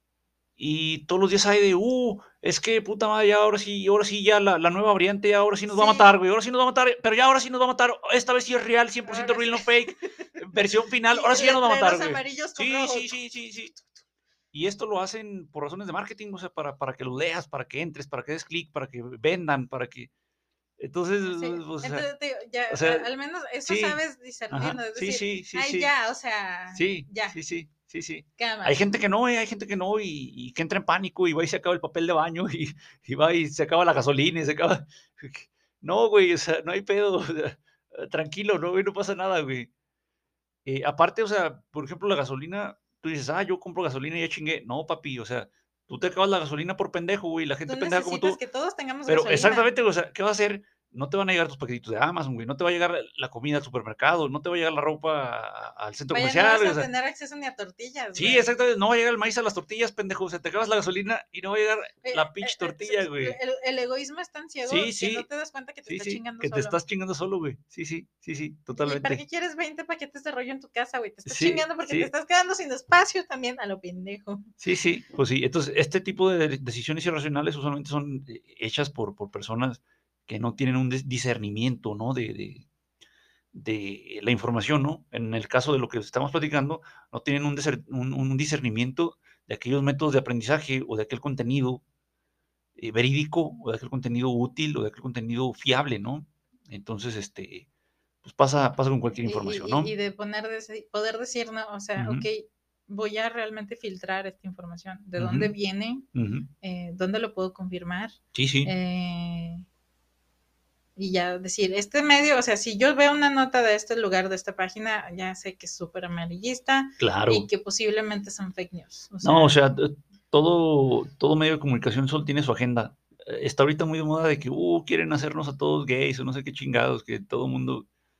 y todos los días hay de, uh, es que puta madre, ya ahora sí, ahora sí, ya la, la nueva variante, ahora sí nos va a Sí, matar, güey, ahora sí nos va a matar, pero ya ahora sí nos va a matar, esta vez sí es real, cien por ciento ahora sí. real, no fake, versión final, Y ahora sí ya nos va a matar, letreros güey. amarillos con Sí, rojo. sí, sí, sí, sí. Y esto lo hacen por razones de marketing, o sea, para, para que lo leas, para que entres, para que des clic, para que vendan, para que... Entonces, Sí, o sea, entonces digo, ya, o sea, a- al menos eso sí, sabes discernir, ¿no? ajá, Es sí, decir, sí, sí, ay, sí, ya, o sea, sí, ya, sí, sí, sí, sí. queda Hay mal. gente que no, eh, hay gente que no, y, y que entra en pánico y va y se acaba el papel de baño y, y va y se acaba la gasolina y se acaba. No, güey, o sea, no hay pedo, o sea, tranquilo, no, güey, no pasa nada, güey. Eh, aparte, o sea, por ejemplo, la gasolina, tú dices, ah, yo compro gasolina y ya chingué. No, papi, o sea, tú te acabas la gasolina por pendejo, güey, la Tú gente pendeja como necesitas tú. que todos tengamos Pero gasolina. exactamente, o sea, ¿qué va a hacer? No te van a llegar tus paquetitos de Amazon, güey, no te va a llegar la comida al supermercado, no te va a llegar la ropa a- al centro Vaya, no comercial, vas güey, o a sea, tener acceso ni a tortillas, sí, güey. exactamente, no va a llegar el maíz a las tortillas, pendejo, o sea, te acabas la gasolina y no va a llegar Eh, la eh, pinche eh, tortilla, güey. el, el egoísmo es tan ciego Sí, que no sí, te das cuenta que te sí, está sí, chingando que te solo. estás chingando solo, güey. Sí, sí, sí, sí, ¿Y para qué totalmente. quieres veinte paquetes de rollo en tu casa, güey? Te estás Sí, chingando porque te sí, estás quedando sin espacio también a lo pendejo. sí, sí, pues sí. Entonces, este tipo de decisiones irracionales usualmente son eh, hechas por, por personas que no tienen un discernimiento, ¿no? De, de, de la información, ¿no? En el caso de lo que estamos platicando, no tienen un, un, un discernimiento de aquellos métodos de aprendizaje o de aquel contenido eh, verídico o de aquel contenido útil o de aquel contenido fiable, ¿no? Entonces, este, pues pasa, pasa con cualquier Y, información, y, y ¿no? de poner, de, poder decir, no, o sea, Uh ok, voy a realmente filtrar esta información, de -huh, uh dónde -huh, viene, uh -huh. eh, dónde lo puedo confirmar, Sí, sí. eh, y ya decir, este medio, o sea, si yo veo una nota de este lugar, de esta página, ya sé que es súper amarillista y Claro. que posiblemente son fake news. O No, o sea, sea, todo, todo medio de comunicación solo tiene su agenda. Eh, Está ahorita muy de moda de que, uh, quieren hacernos a todos gays o no sé qué chingados, que todo el mundo...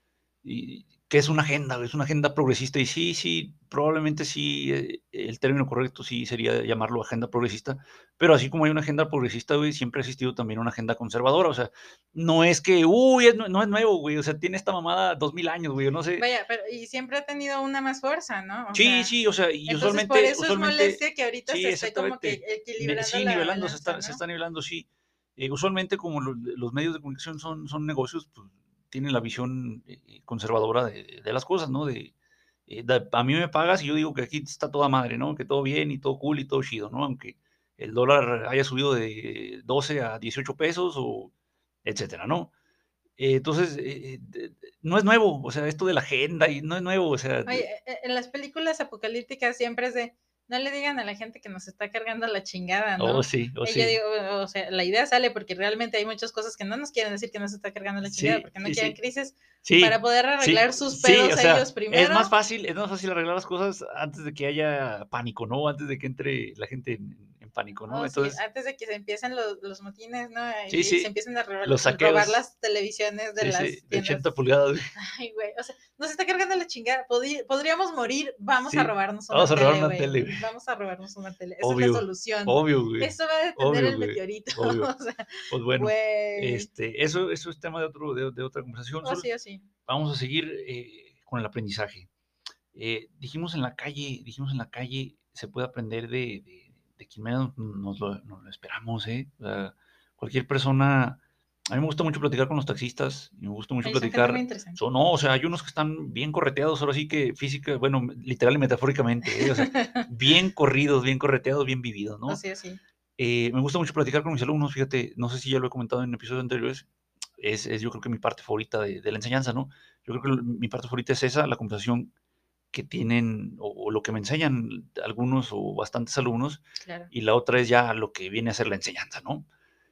y que es una agenda, es una agenda progresista. Y sí, sí, probablemente sí, eh, el término correcto sí sería llamarlo agenda progresista, pero así como hay una agenda progresista, güey, siempre ha existido también una agenda conservadora. O sea, no es que, uy, es, no es nuevo, güey, o sea, tiene esta mamada dos mil años, güey, yo no sé. Vaya, pero y siempre ha tenido una más fuerza, ¿no? O Sí, sea, sí, o sea, y entonces por usualmente, eso es usualmente, molestia que ahorita sí, se esté como que exactamente, ne- equilibrando sí, la nivelando, se balanza, está, se ¿no? está nivelando, sí. Eh, usualmente, como lo- los medios de comunicación son, son negocios, pues tienen la visión eh, conservadora de, de las cosas, ¿no? De, eh, da- a mí me pagas y yo digo que aquí está toda madre, ¿no? Que todo bien y todo cool y todo chido, ¿no? Aunque el dólar haya subido de doce a dieciocho pesos o etcétera, ¿no? Eh, entonces, eh, eh, de- de- no es nuevo, o sea, esto de la agenda y no es nuevo, o sea, Oye, e- e- en las películas apocalípticas siempre es de, no le digan a la gente que nos está cargando la chingada, oh ¿no? sí, oh Y yo sí. digo, o sea, la idea sale porque realmente hay muchas cosas que no nos quieren decir que nos está cargando la chingada, Sí, porque no sí, quieren sí. crisis para Sí, poder sí, arreglar sus sí, o pedos a sea, ellos es más primero. fácil es más fácil arreglar las cosas antes de que haya pánico, ¿no? Antes de que entre la gente en en pánico, ¿no? Oh, sí, Entonces, antes de que se empiecen los, los motines, ¿no? sí, Y se sí, empiecen a robar, los robar saqueos, las televisiones de sí, sí, las de ochenta tiendas. pulgadas, güey. Ay, güey, o sea, nos está cargando la chingada. Podí- podríamos morir, vamos a Sí, robarnos vamos una a robar tele, una güey. tele, güey. Vamos a robarnos una tele. Esa es la Obvio, solución. obvio, güey, Eso va a detener obvio, el güey, meteorito. obvio. O sea, Pues bueno, güey. este, eso eso es tema de otro de de otra conversación, O Sol. sí, o sí. Vamos a seguir, eh, con el aprendizaje. Eh, dijimos en la calle, dijimos en la calle, se puede aprender de, de, de quien menos nos lo, nos lo esperamos, ¿eh? O sea, cualquier persona, a mí me gusta mucho platicar con los taxistas, y me gusta mucho Oye, son gente muy platicar, interesante. so, no, o sea, hay unos que están bien correteados, ahora sí que física, bueno, literal y metafóricamente, ¿eh? O sea, bien corridos, bien correteados, bien vividos, O ¿no? sí, o sí. Eh, me gusta mucho platicar con mis alumnos, fíjate, no sé si ya lo he comentado en episodios anteriores, es, es yo creo que mi parte favorita de, de la enseñanza, ¿no? Yo creo que mi parte favorita es esa, la conversación que tienen o, o lo que me enseñan algunos o bastantes alumnos, Claro. y la otra es ya lo que viene a ser la enseñanza, ¿no?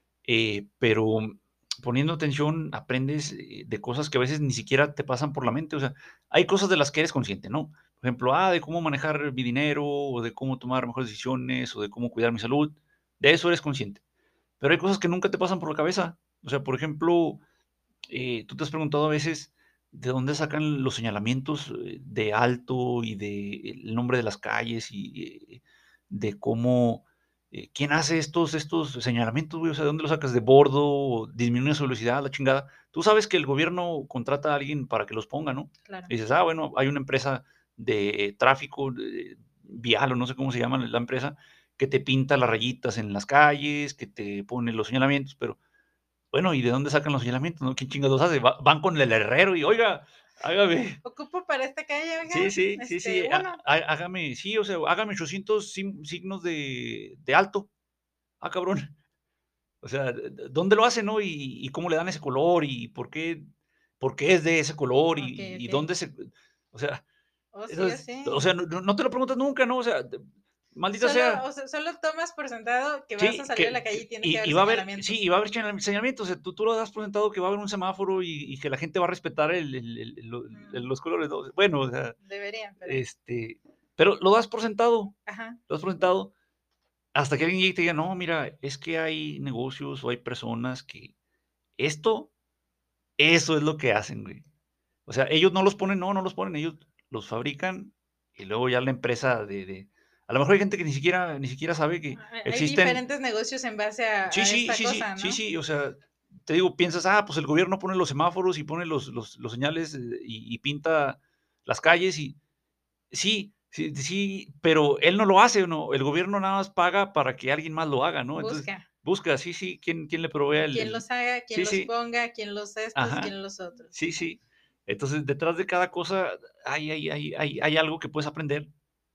Eh, pero poniendo atención aprendes eh, de cosas que a veces ni siquiera te pasan por la mente, o sea, hay cosas de las que eres consciente, ¿no? Por ejemplo, ah, de cómo manejar mi dinero, o de cómo tomar mejores decisiones, o de cómo cuidar mi salud, de eso eres consciente. Pero hay cosas que nunca te pasan por la cabeza. O sea, por ejemplo, eh, tú te has preguntado a veces de dónde sacan los señalamientos eh, de alto y de el nombre de las calles y eh, de cómo, eh, quién hace estos, estos señalamientos, güey, o sea, ¿de dónde los sacas? ¿De bordo? ¿O disminuye su velocidad? La chingada. Tú sabes que el gobierno contrata a alguien para que los ponga, ¿no? Claro. Y dices, ah, bueno, hay una empresa de tráfico de- vial o no sé cómo se llama la empresa que te pinta las rayitas en las calles, que te pone los señalamientos, pero bueno, ¿y de dónde sacan los señalamientos, no? ¿Quién chingados hace? Va van con el herrero y: "Oiga, hágame". Ocupo para esta calle, Sí, oiga, sí, sí, este, sí, ha uno. ha hágame, sí, o sea, hágame ochocientos sim signos de de alto. Ah, cabrón. O sea, ¿d d dónde lo hace, no? Y y cómo le dan ese color, y por qué por qué es de ese color, Ok, y y ok. dónde se o sea, O sí, o esas o sí. sea, no no no te lo preguntas nunca, ¿no? O sea, d maldita Solo, sea. o sea, solo tomas por sentado que vas a Sí, salir a la que calle que y tiene que y y haber va a haber sí, y señalamientos. va a haber señal señalamientos, o sea, tú tú lo das por sentado que va a haber un semáforo y y que la gente va a respetar el el el lo el- Mm, los colores, ¿no? Bueno, o sea, deberían, pero. este, pero lo das por sentado, Ajá. lo das por sentado hasta que alguien llegue y te diga: "No, mira, es que hay negocios o hay personas que esto, eso es lo que hacen, güey". O sea, ellos no los ponen, no, no los ponen, ellos los fabrican y luego ya la empresa de de a lo mejor hay gente que ni siquiera ni siquiera sabe que Hay hay existen. diferentes negocios en base a, Sí, a sí, esta sí, sí, cosa, sí, ¿no? sí, o sea, te digo, piensas, ah, pues el gobierno pone los semáforos y pone los los los señales, eh, y y pinta las calles y sí, sí, sí, pero él no lo hace, ¿o no? El gobierno nada más paga para que alguien más lo haga, ¿no? Entonces, Busca busca, sí, sí, quién quién le provee el quién el los haga, quién sí, los sí, ponga, quién los estos, ajá, quién los otros. sí, sí. Entonces, detrás de cada cosa hay hay hay hay hay algo que puedes aprender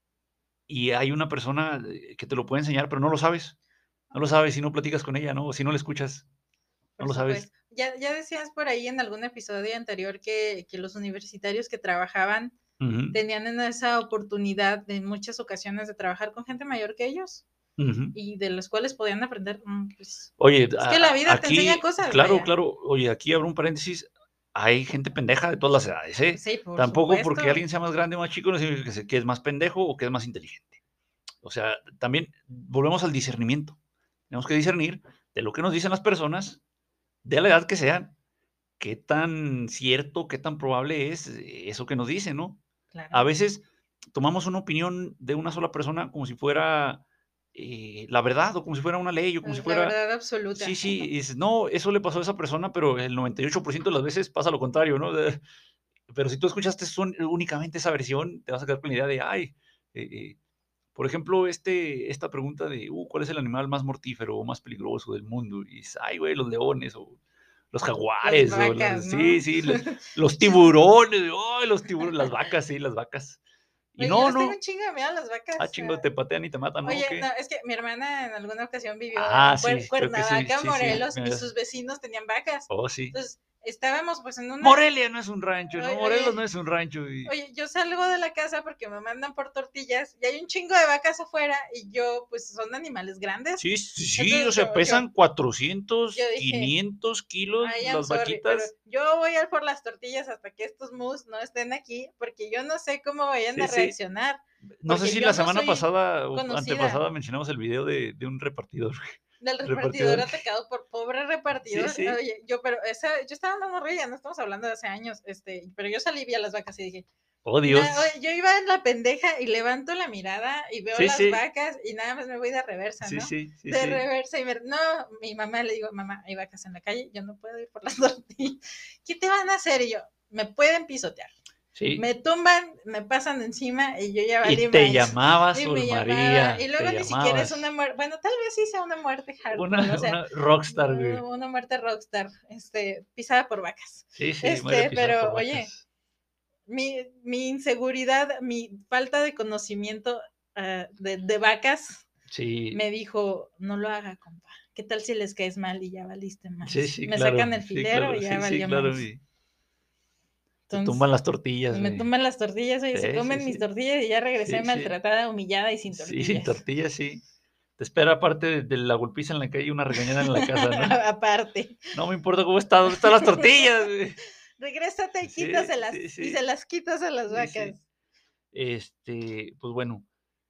y hay una persona, eh, que te lo puede enseñar, pero no lo sabes. No lo sabes si no platicas con ella, ¿no? O si no la escuchas, no Por lo sabes. supuesto. Ya, ya decías por ahí en algún episodio anterior que, que los universitarios que trabajaban Ujú. tenían en esa oportunidad en muchas ocasiones de trabajar con gente mayor que ellos Ujú. y de los cuales podían aprender. mm, Pues, Oye, es a que la a vida te enseña aquí cosas, claro, vaya. claro. Oye, aquí abro un paréntesis, hay gente pendeja de todas las edades, ¿eh? Sí, por Tampoco porque supuesto. alguien sea más grande o más chico, no significa que se que es más pendejo o que es más inteligente. O sea, también volvemos al discernimiento. Tenemos que discernir de lo que nos dicen las personas, de la edad que sean, qué tan cierto, qué tan probable es eso que nos dicen, ¿no? A Claro. veces tomamos una opinión de una sola persona como si fuera, eh, la verdad, o como si fuera una ley, o como si La fuera verdad sí, absoluta. sí, y dices: "No, eso le pasó a esa persona", pero el noventa y ocho por ciento de las veces pasa lo contrario, ¿no? Pero si tú escuchaste son únicamente esa versión, te vas a quedar con la idea de, ay, eh eh, por ejemplo, este esta pregunta de, uh, ¿cuál es el animal más mortífero o más peligroso del mundo? Y dices: "Ay, güey, los leones o los Las jaguares o vacas, las" sí, ¿no? sí, los los Chis tiburones, ay, los tiburones, las vacas, sí, las vacas. Y Oye, yo no, les tengo un no, chingo de miedo a las ah, vacas. chingo, te patean y te matan, ¿no? ¿O Oye, no, qué? es que mi hermana en alguna ocasión vivió Ah, en sí, Cuer creo que sí, Cuernavaca, sí, sí, Morelos, me y habías sus vecinos tenían vacas. oh, sí. Entonces, estábamos, pues, en una Morelia no es un rancho, no, oye Morelos no oye es un rancho y oye, yo salgo de la casa porque me mandan por tortillas y hay un chingo de vacas afuera y yo, pues, son animales grandes. sí, sí, sí, o Entonces, yo sea, yo pesan yo cuatrocientos, dije: quinientos kilos "I am las sorry, pero vaquitas. yo voy a ir por las tortillas hasta que estos mus no estén aquí, porque yo no sé cómo vayan Sí, a sí. reaccionar, No sé porque si yo la no semana soy pasada o conocida". antepasada mencionamos el video de de un repartidor, Del repartidor repartidor que atacado por pobre sí, repartidor. sí. Oye, yo, pero esa, yo estaba andando morrilla, no estamos hablando de hace años, este, pero yo salí, vi a las vacas y dije, Oh, y nada, Dios. oye, yo iba en la pendeja y levanto la mirada y veo Sí, las sí. vacas y nada más me voy de reversa, Sí, ¿no? sí, sí, De sí. reversa y me, no, mi mamá le digo, mamá, hay vacas en la calle, yo no puedo ir por las tortillas. ¿Qué te van a hacer? Y yo, me pueden pisotear. Sí. Me tumban, me pasan encima y yo ya valí Y te más. llamabas Y Sol me llamaba, y María, te luego ni siquiera es una llamabas. muerte, bueno, tal vez sí sea una muerte Una hardcore, o sea, una rockstar, güey. una muerte rockstar, este, pisada por vacas. Sí, sí, muere Este, pisada por pero oye, vacas. mi, mi inseguridad, mi falta de conocimiento uh, de, de, vacas Sí. me dijo, no lo haga, compa. ¿Qué tal si les caes mal y ya valiste Sí, más? sí, Me sacan claro. el Sí, filero claro. y ya Sí, sí, valió claro, más. y te tumban Entonces, las tortillas, me güey. tumban las tortillas y se Sí, sí, comen mis sí. tortillas y ya regresé Sí, sí. maltratada, humillada y sin Sí, sin tortillas. tortillas, sí. Te espera, aparte de de la golpiza en la calle, una regañada en la casa, ¿no? Aparte. No me importa cómo está, ¿dónde están las tortillas, güey? Regrésate y Sí, quítaselas. sí, Y sí. se las quitas a las Sí, sí. vacas. Este, pues bueno,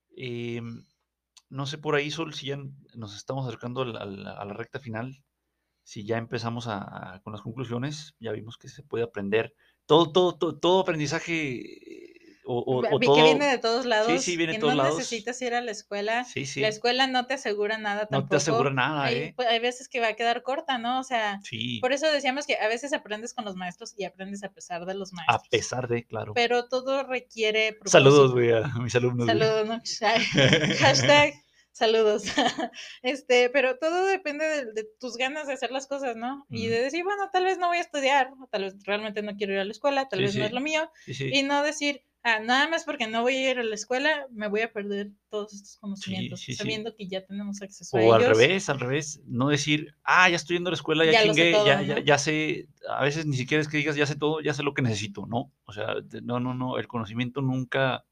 em, no sé por ahí, Sol, si ya nos estamos acercando al al a la recta final, si ya empezamos a a con las conclusiones, ya vimos que se puede aprender. Todo todo todo todo aprendizaje, eh, o o o Vi que viene todo de todos sí, sí, lados, viene de que todos no lados. necesitas ir a la escuela. Sí, La sí. escuela no te asegura nada No te asegura tampoco. nada, Hay, ¿eh? pues, hay veces que va a quedar corta, ¿no? O sea, Sí, por eso decíamos que a veces aprendes con los maestros y aprendes a pesar de los a maestros. pesar de, claro. Pero todo requiere Saludos, propósito. güey, a mis alumnos, güey. Saludos, ¿no? Hashtag saludos. Este, pero todo depende de, de, tus ganas de hacer las cosas, ¿no? Y Ujú. de decir, bueno, tal vez no voy a estudiar, tal vez realmente no quiero ir a la escuela, tal Sí, vez no es sí. lo mío, Sí, sí. y no decir, ah, nada más porque no voy a ir a la escuela, me voy a perder todos estos Sí, conocimientos, sí, sí. sabiendo que ya tenemos acceso a O al ellos, revés, al revés, no decir: "Ah, ya estoy yendo a la escuela, ya ya lo sé chingué, todo, ya ya ¿no? ya sé", a veces ni siquiera es que digas: "Ya sé todo, ya sé lo que necesito", no, o sea, de no, no, no, el conocimiento nunca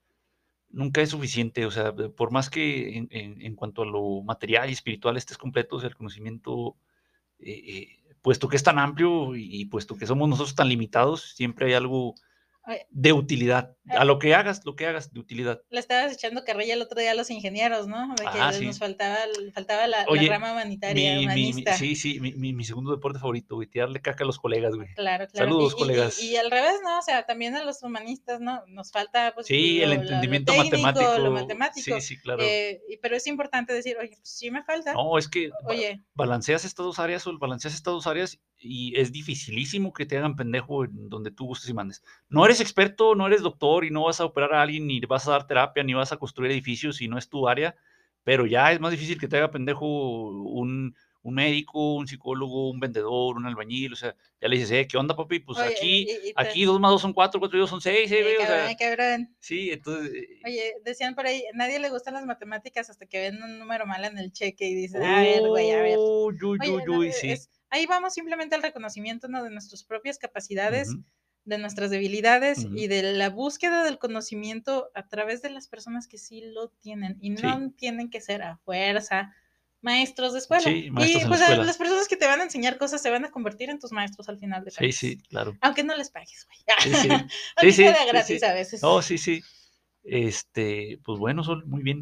nunca es suficiente, o sea, de por más que en en en cuanto a lo material y espiritual estés completo, o sea, el conocimiento, eh eh, puesto que es tan amplio y y puesto que somos nosotros tan limitados, siempre hay algo Ay, de utilidad, eh, a lo que hagas, lo que hagas de utilidad. le estabas echando carrilla el otro día a los ingenieros, ¿no? De Ah, que nos sí. faltaba, faltaba la, la Oye, rama humanitaria, mi mi mi humanista. sí, sí, mi mi mi segundo deporte favorito, güey, tirarle caca a los colegas, güey. Claro, claro. Y, Saludos, y, y, y colegas. al revés, ¿no? O sea, también a los humanistas, ¿no? Nos falta, pues, Sí, el lo, lo, lo entendimiento técnico, lo matemático. Sí, matemático. sí, claro. Eh, y- pero es importante decir, oye, pues sí me falta. No, es que ba Oye, balanceas estas dos áreas, Sol, balanceas estas dos áreas y es dificilísimo que te hagan pendejo en donde tú gustes y mandes. No eres experto, no eres doctor y no vas a operar a alguien, ni vas a dar terapia, ni vas a construir edificios si no es tu área, pero ya es más difícil que te haga pendejo un un médico, un psicólogo, un vendedor, un albañil, o sea, ya le dices: "Eh, ¿qué onda, papi? Pues oye, aquí y, y te, aquí dos más dos son cuatro, cuatro y dos son seis, eh, eh, güey", o cabrón, sea, eh, cabrón. sí, entonces, eh, Oye, decían por ahí, nadie le gustan las matemáticas hasta que ven un número mal en el cheque y dicen, a ver, güey, a ver. uy, uy, Oye, uy, no, uy, sí. es, ahí vamos simplemente al reconocimiento, ¿no? De nuestras propias capacidades, Ujú, de nuestras debilidades ujú. y de la búsqueda del conocimiento a través de las personas que sí lo tienen y Sí, no tienen que ser a fuerza maestros de escuela. sí, maestros Y en la pues a escuela. las personas que te van a enseñar cosas se van a convertir en tus maestros al final de Sí, sí, cuentas. claro. Aunque no les pagues, güey. Sí, sí. Sí, Aunque sea sí, de sí, gratis sí. a veces. No, sí, sí. Este, pues bueno, Sol, muy bien.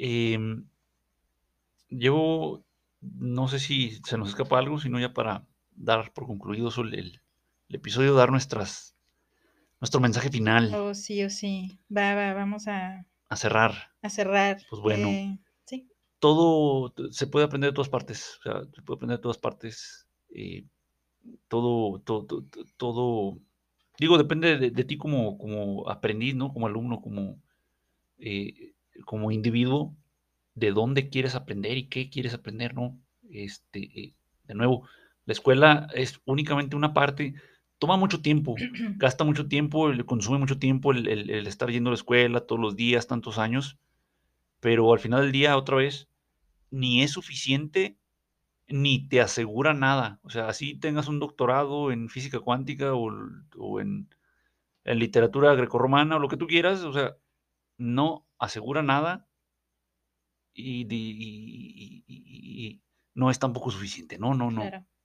Em, yo no sé si se nos escapa algo, sino ya para dar por concluido Sol, el, el episodio, dar nuestras, nuestro mensaje final, Oh, sí, oh, sí. Va, va, vamos a, a cerrar. a cerrar. Pues bueno, Eh, sí, todo t- se puede aprender de todas partes, o sea, se puede aprender de todas partes, eh, todo, todo, todo, todo, digo, depende de, de ti como, como aprendiz, ¿no? Como alumno, como, eh, como individuo, de dónde quieres aprender y qué quieres aprender, ¿no? Este, eh, de nuevo, la escuela es únicamente una parte, toma mucho tiempo, gasta mucho tiempo, le consume mucho tiempo el, el- el estar yendo a la escuela todos los días, tantos años, pero al final del día, otra vez, ni es suficiente ni te asegura nada. O sea, así tengas un doctorado en física cuántica o, o en, en literatura grecorromana o lo que tú quieras, o sea, no asegura nada y, y- y- y- y no es tampoco suficiente. No, no, no. claro.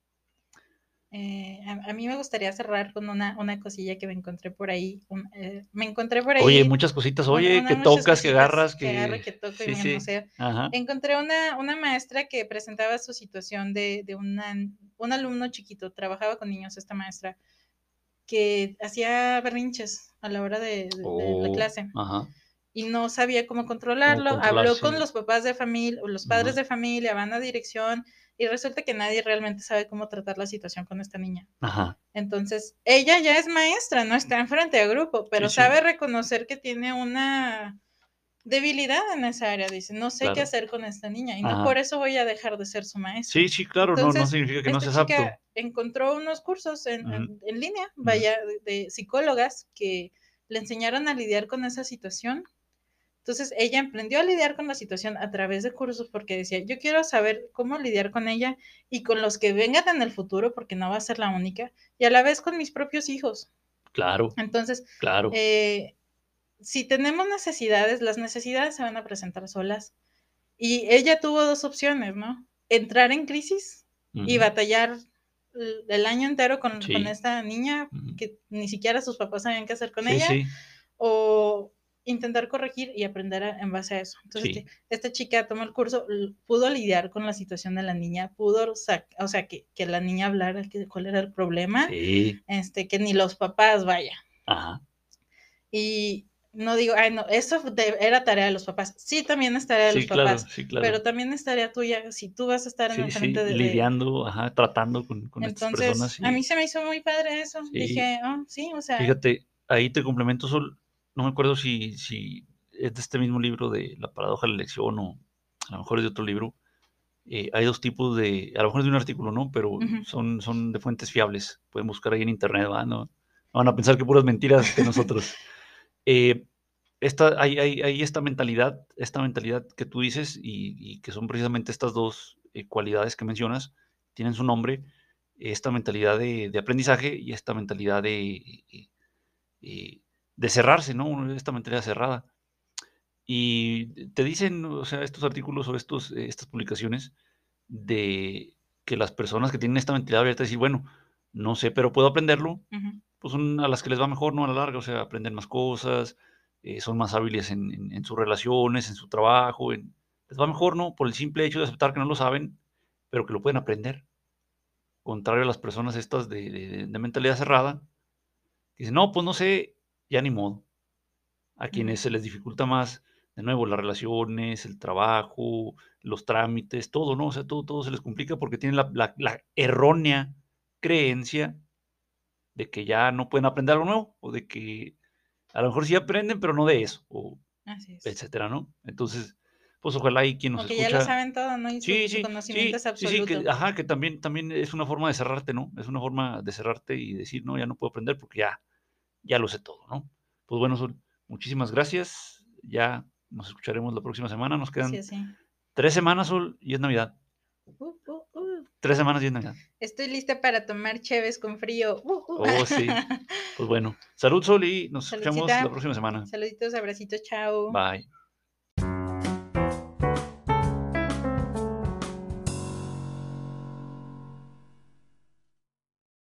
Eh, a, a, mí me gustaría cerrar con una, una cosilla que me encontré por ahí. Un, eh, me encontré por Oye, ahí muchas cositas, una, oye, una, que muchas tocas, que cositas agarras, que agarro y que... que toco Sí, en el sí. museo. Ajá. Encontré una, una maestra que presentaba su situación de, de una, un alumno chiquito, trabajaba con niños esta maestra, que hacía berrinches a la hora de, de, de la Oh, clase ajá. y no sabía cómo Cómo controlarlo. Habló con controlarse. los papás de familia, o los padres Ajá. de familia, van a dirección y resulta que nadie realmente sabe cómo tratar la situación con esta niña. Ajá. Entonces, ella ya es maestra, no está enfrente de grupo, pero Sí, sí. sabe reconocer que tiene una debilidad en esa área. Dice, no sé qué Claro. hacer con esta niña y no por Ajá. eso voy a dejar de ser su maestra. Sí, sí, claro, no, no Entonces, significa que no esta seas apto. chica encontró unos cursos en, Ujú, en, en línea, ujú. vaya, de, de psicólogas que le enseñaron a lidiar con esa situación. Entonces ella emprendió a lidiar con la situación a través de cursos porque decía, yo quiero saber cómo lidiar con ella y con los que vengan en el futuro, porque no va a ser la única, y a la vez con mis propios hijos. Claro, Entonces, claro. eh, si tenemos necesidades, las necesidades se van a presentar solas. Y ella tuvo dos opciones, ¿no? Entrar en crisis y Ujú. batallar el año entero con, con Sí. esta niña Ujú. que ni siquiera sus papás sabían qué hacer con Sí, ella, sí, o intentar corregir y aprender a, en base a eso. Entonces, sí, este, esta chica tomó el curso, pudo lidiar con la situación de la niña, pudo, o sea, que, que la niña hablara que, cuál era el problema, sí. este, que ni los papás, vaya. Ajá. Y no digo, ay, no, eso de, era tarea de los papás. Sí, también es tarea de los Sí, claro, papás, sí, claro. pero también es tarea tuya si tú vas a estar en Sí, el frente sí, de, de... lidiando, ajá, tratando con, con estas Entonces, personas a mí y se me hizo muy padre eso. sí. Dije, oh, sí, o sea, Fíjate, ahí te complemento, Sol, no me acuerdo si, si es de este mismo libro de La paradoja de la elección o a lo mejor es de otro libro. Eh, hay dos tipos de, a lo mejor es de un artículo, ¿no? Pero uh-huh. son, son de fuentes fiables. Pueden buscar ahí en internet, ¿va? No, no van a pensar que puras mentiras de nosotros. Eh, esta, hay, hay, hay, esta mentalidad, esta mentalidad que tú dices y, y que son precisamente estas dos eh, cualidades que mencionas, tienen su nombre, esta mentalidad de, de aprendizaje y esta mentalidad de, eh, eh, de cerrarse, ¿no? Esta mentalidad cerrada. Y te dicen, o sea, estos artículos o estos, eh, estas publicaciones de que las personas que tienen esta mentalidad abierta decir, bueno, no sé, pero puedo aprenderlo, Uh-huh. pues son a las que les va mejor, ¿no? A la larga, o sea, aprenden más cosas, eh, son más hábiles en, en, en, sus relaciones, en su trabajo, en, les va mejor, ¿no? Por el simple hecho de aceptar que no lo saben, pero que lo pueden aprender. Contrario a las personas estas de, de, de mentalidad cerrada, que dicen, no, pues no sé, ya ni modo. A Uh-huh. quienes se les dificulta más, de nuevo, las relaciones, el trabajo, los trámites, todo, ¿no? O sea, todo, todo se les complica porque tienen la, la, la errónea creencia de que ya no pueden aprender algo nuevo o de que a lo mejor sí aprenden, pero no de eso, o Así es. etcétera, ¿no? Entonces, pues ojalá y quien nos O que ya lo escucha, saben todo, ¿no? Y su, sí, su sí, conocimiento es sí, sí, sí, que, absoluto. ajá, que también, también es una forma de cerrarte, ¿no? Es una forma de cerrarte y decir, no, ya no puedo aprender porque ya, ya lo sé todo, ¿no? Pues bueno, Sol, muchísimas gracias. Ya nos escucharemos la próxima semana. Nos Sí, quedan sí. tres semanas, Sol, y es Navidad. Uh, uh, uh. Tres semanas y es Navidad. Estoy lista para tomar cheves con frío. Uh, uh. Oh, sí. Pues bueno, salud, Sol, y nos escuchamos la Saludcita. próxima semana. Saluditos, abracitos, chao. Bye.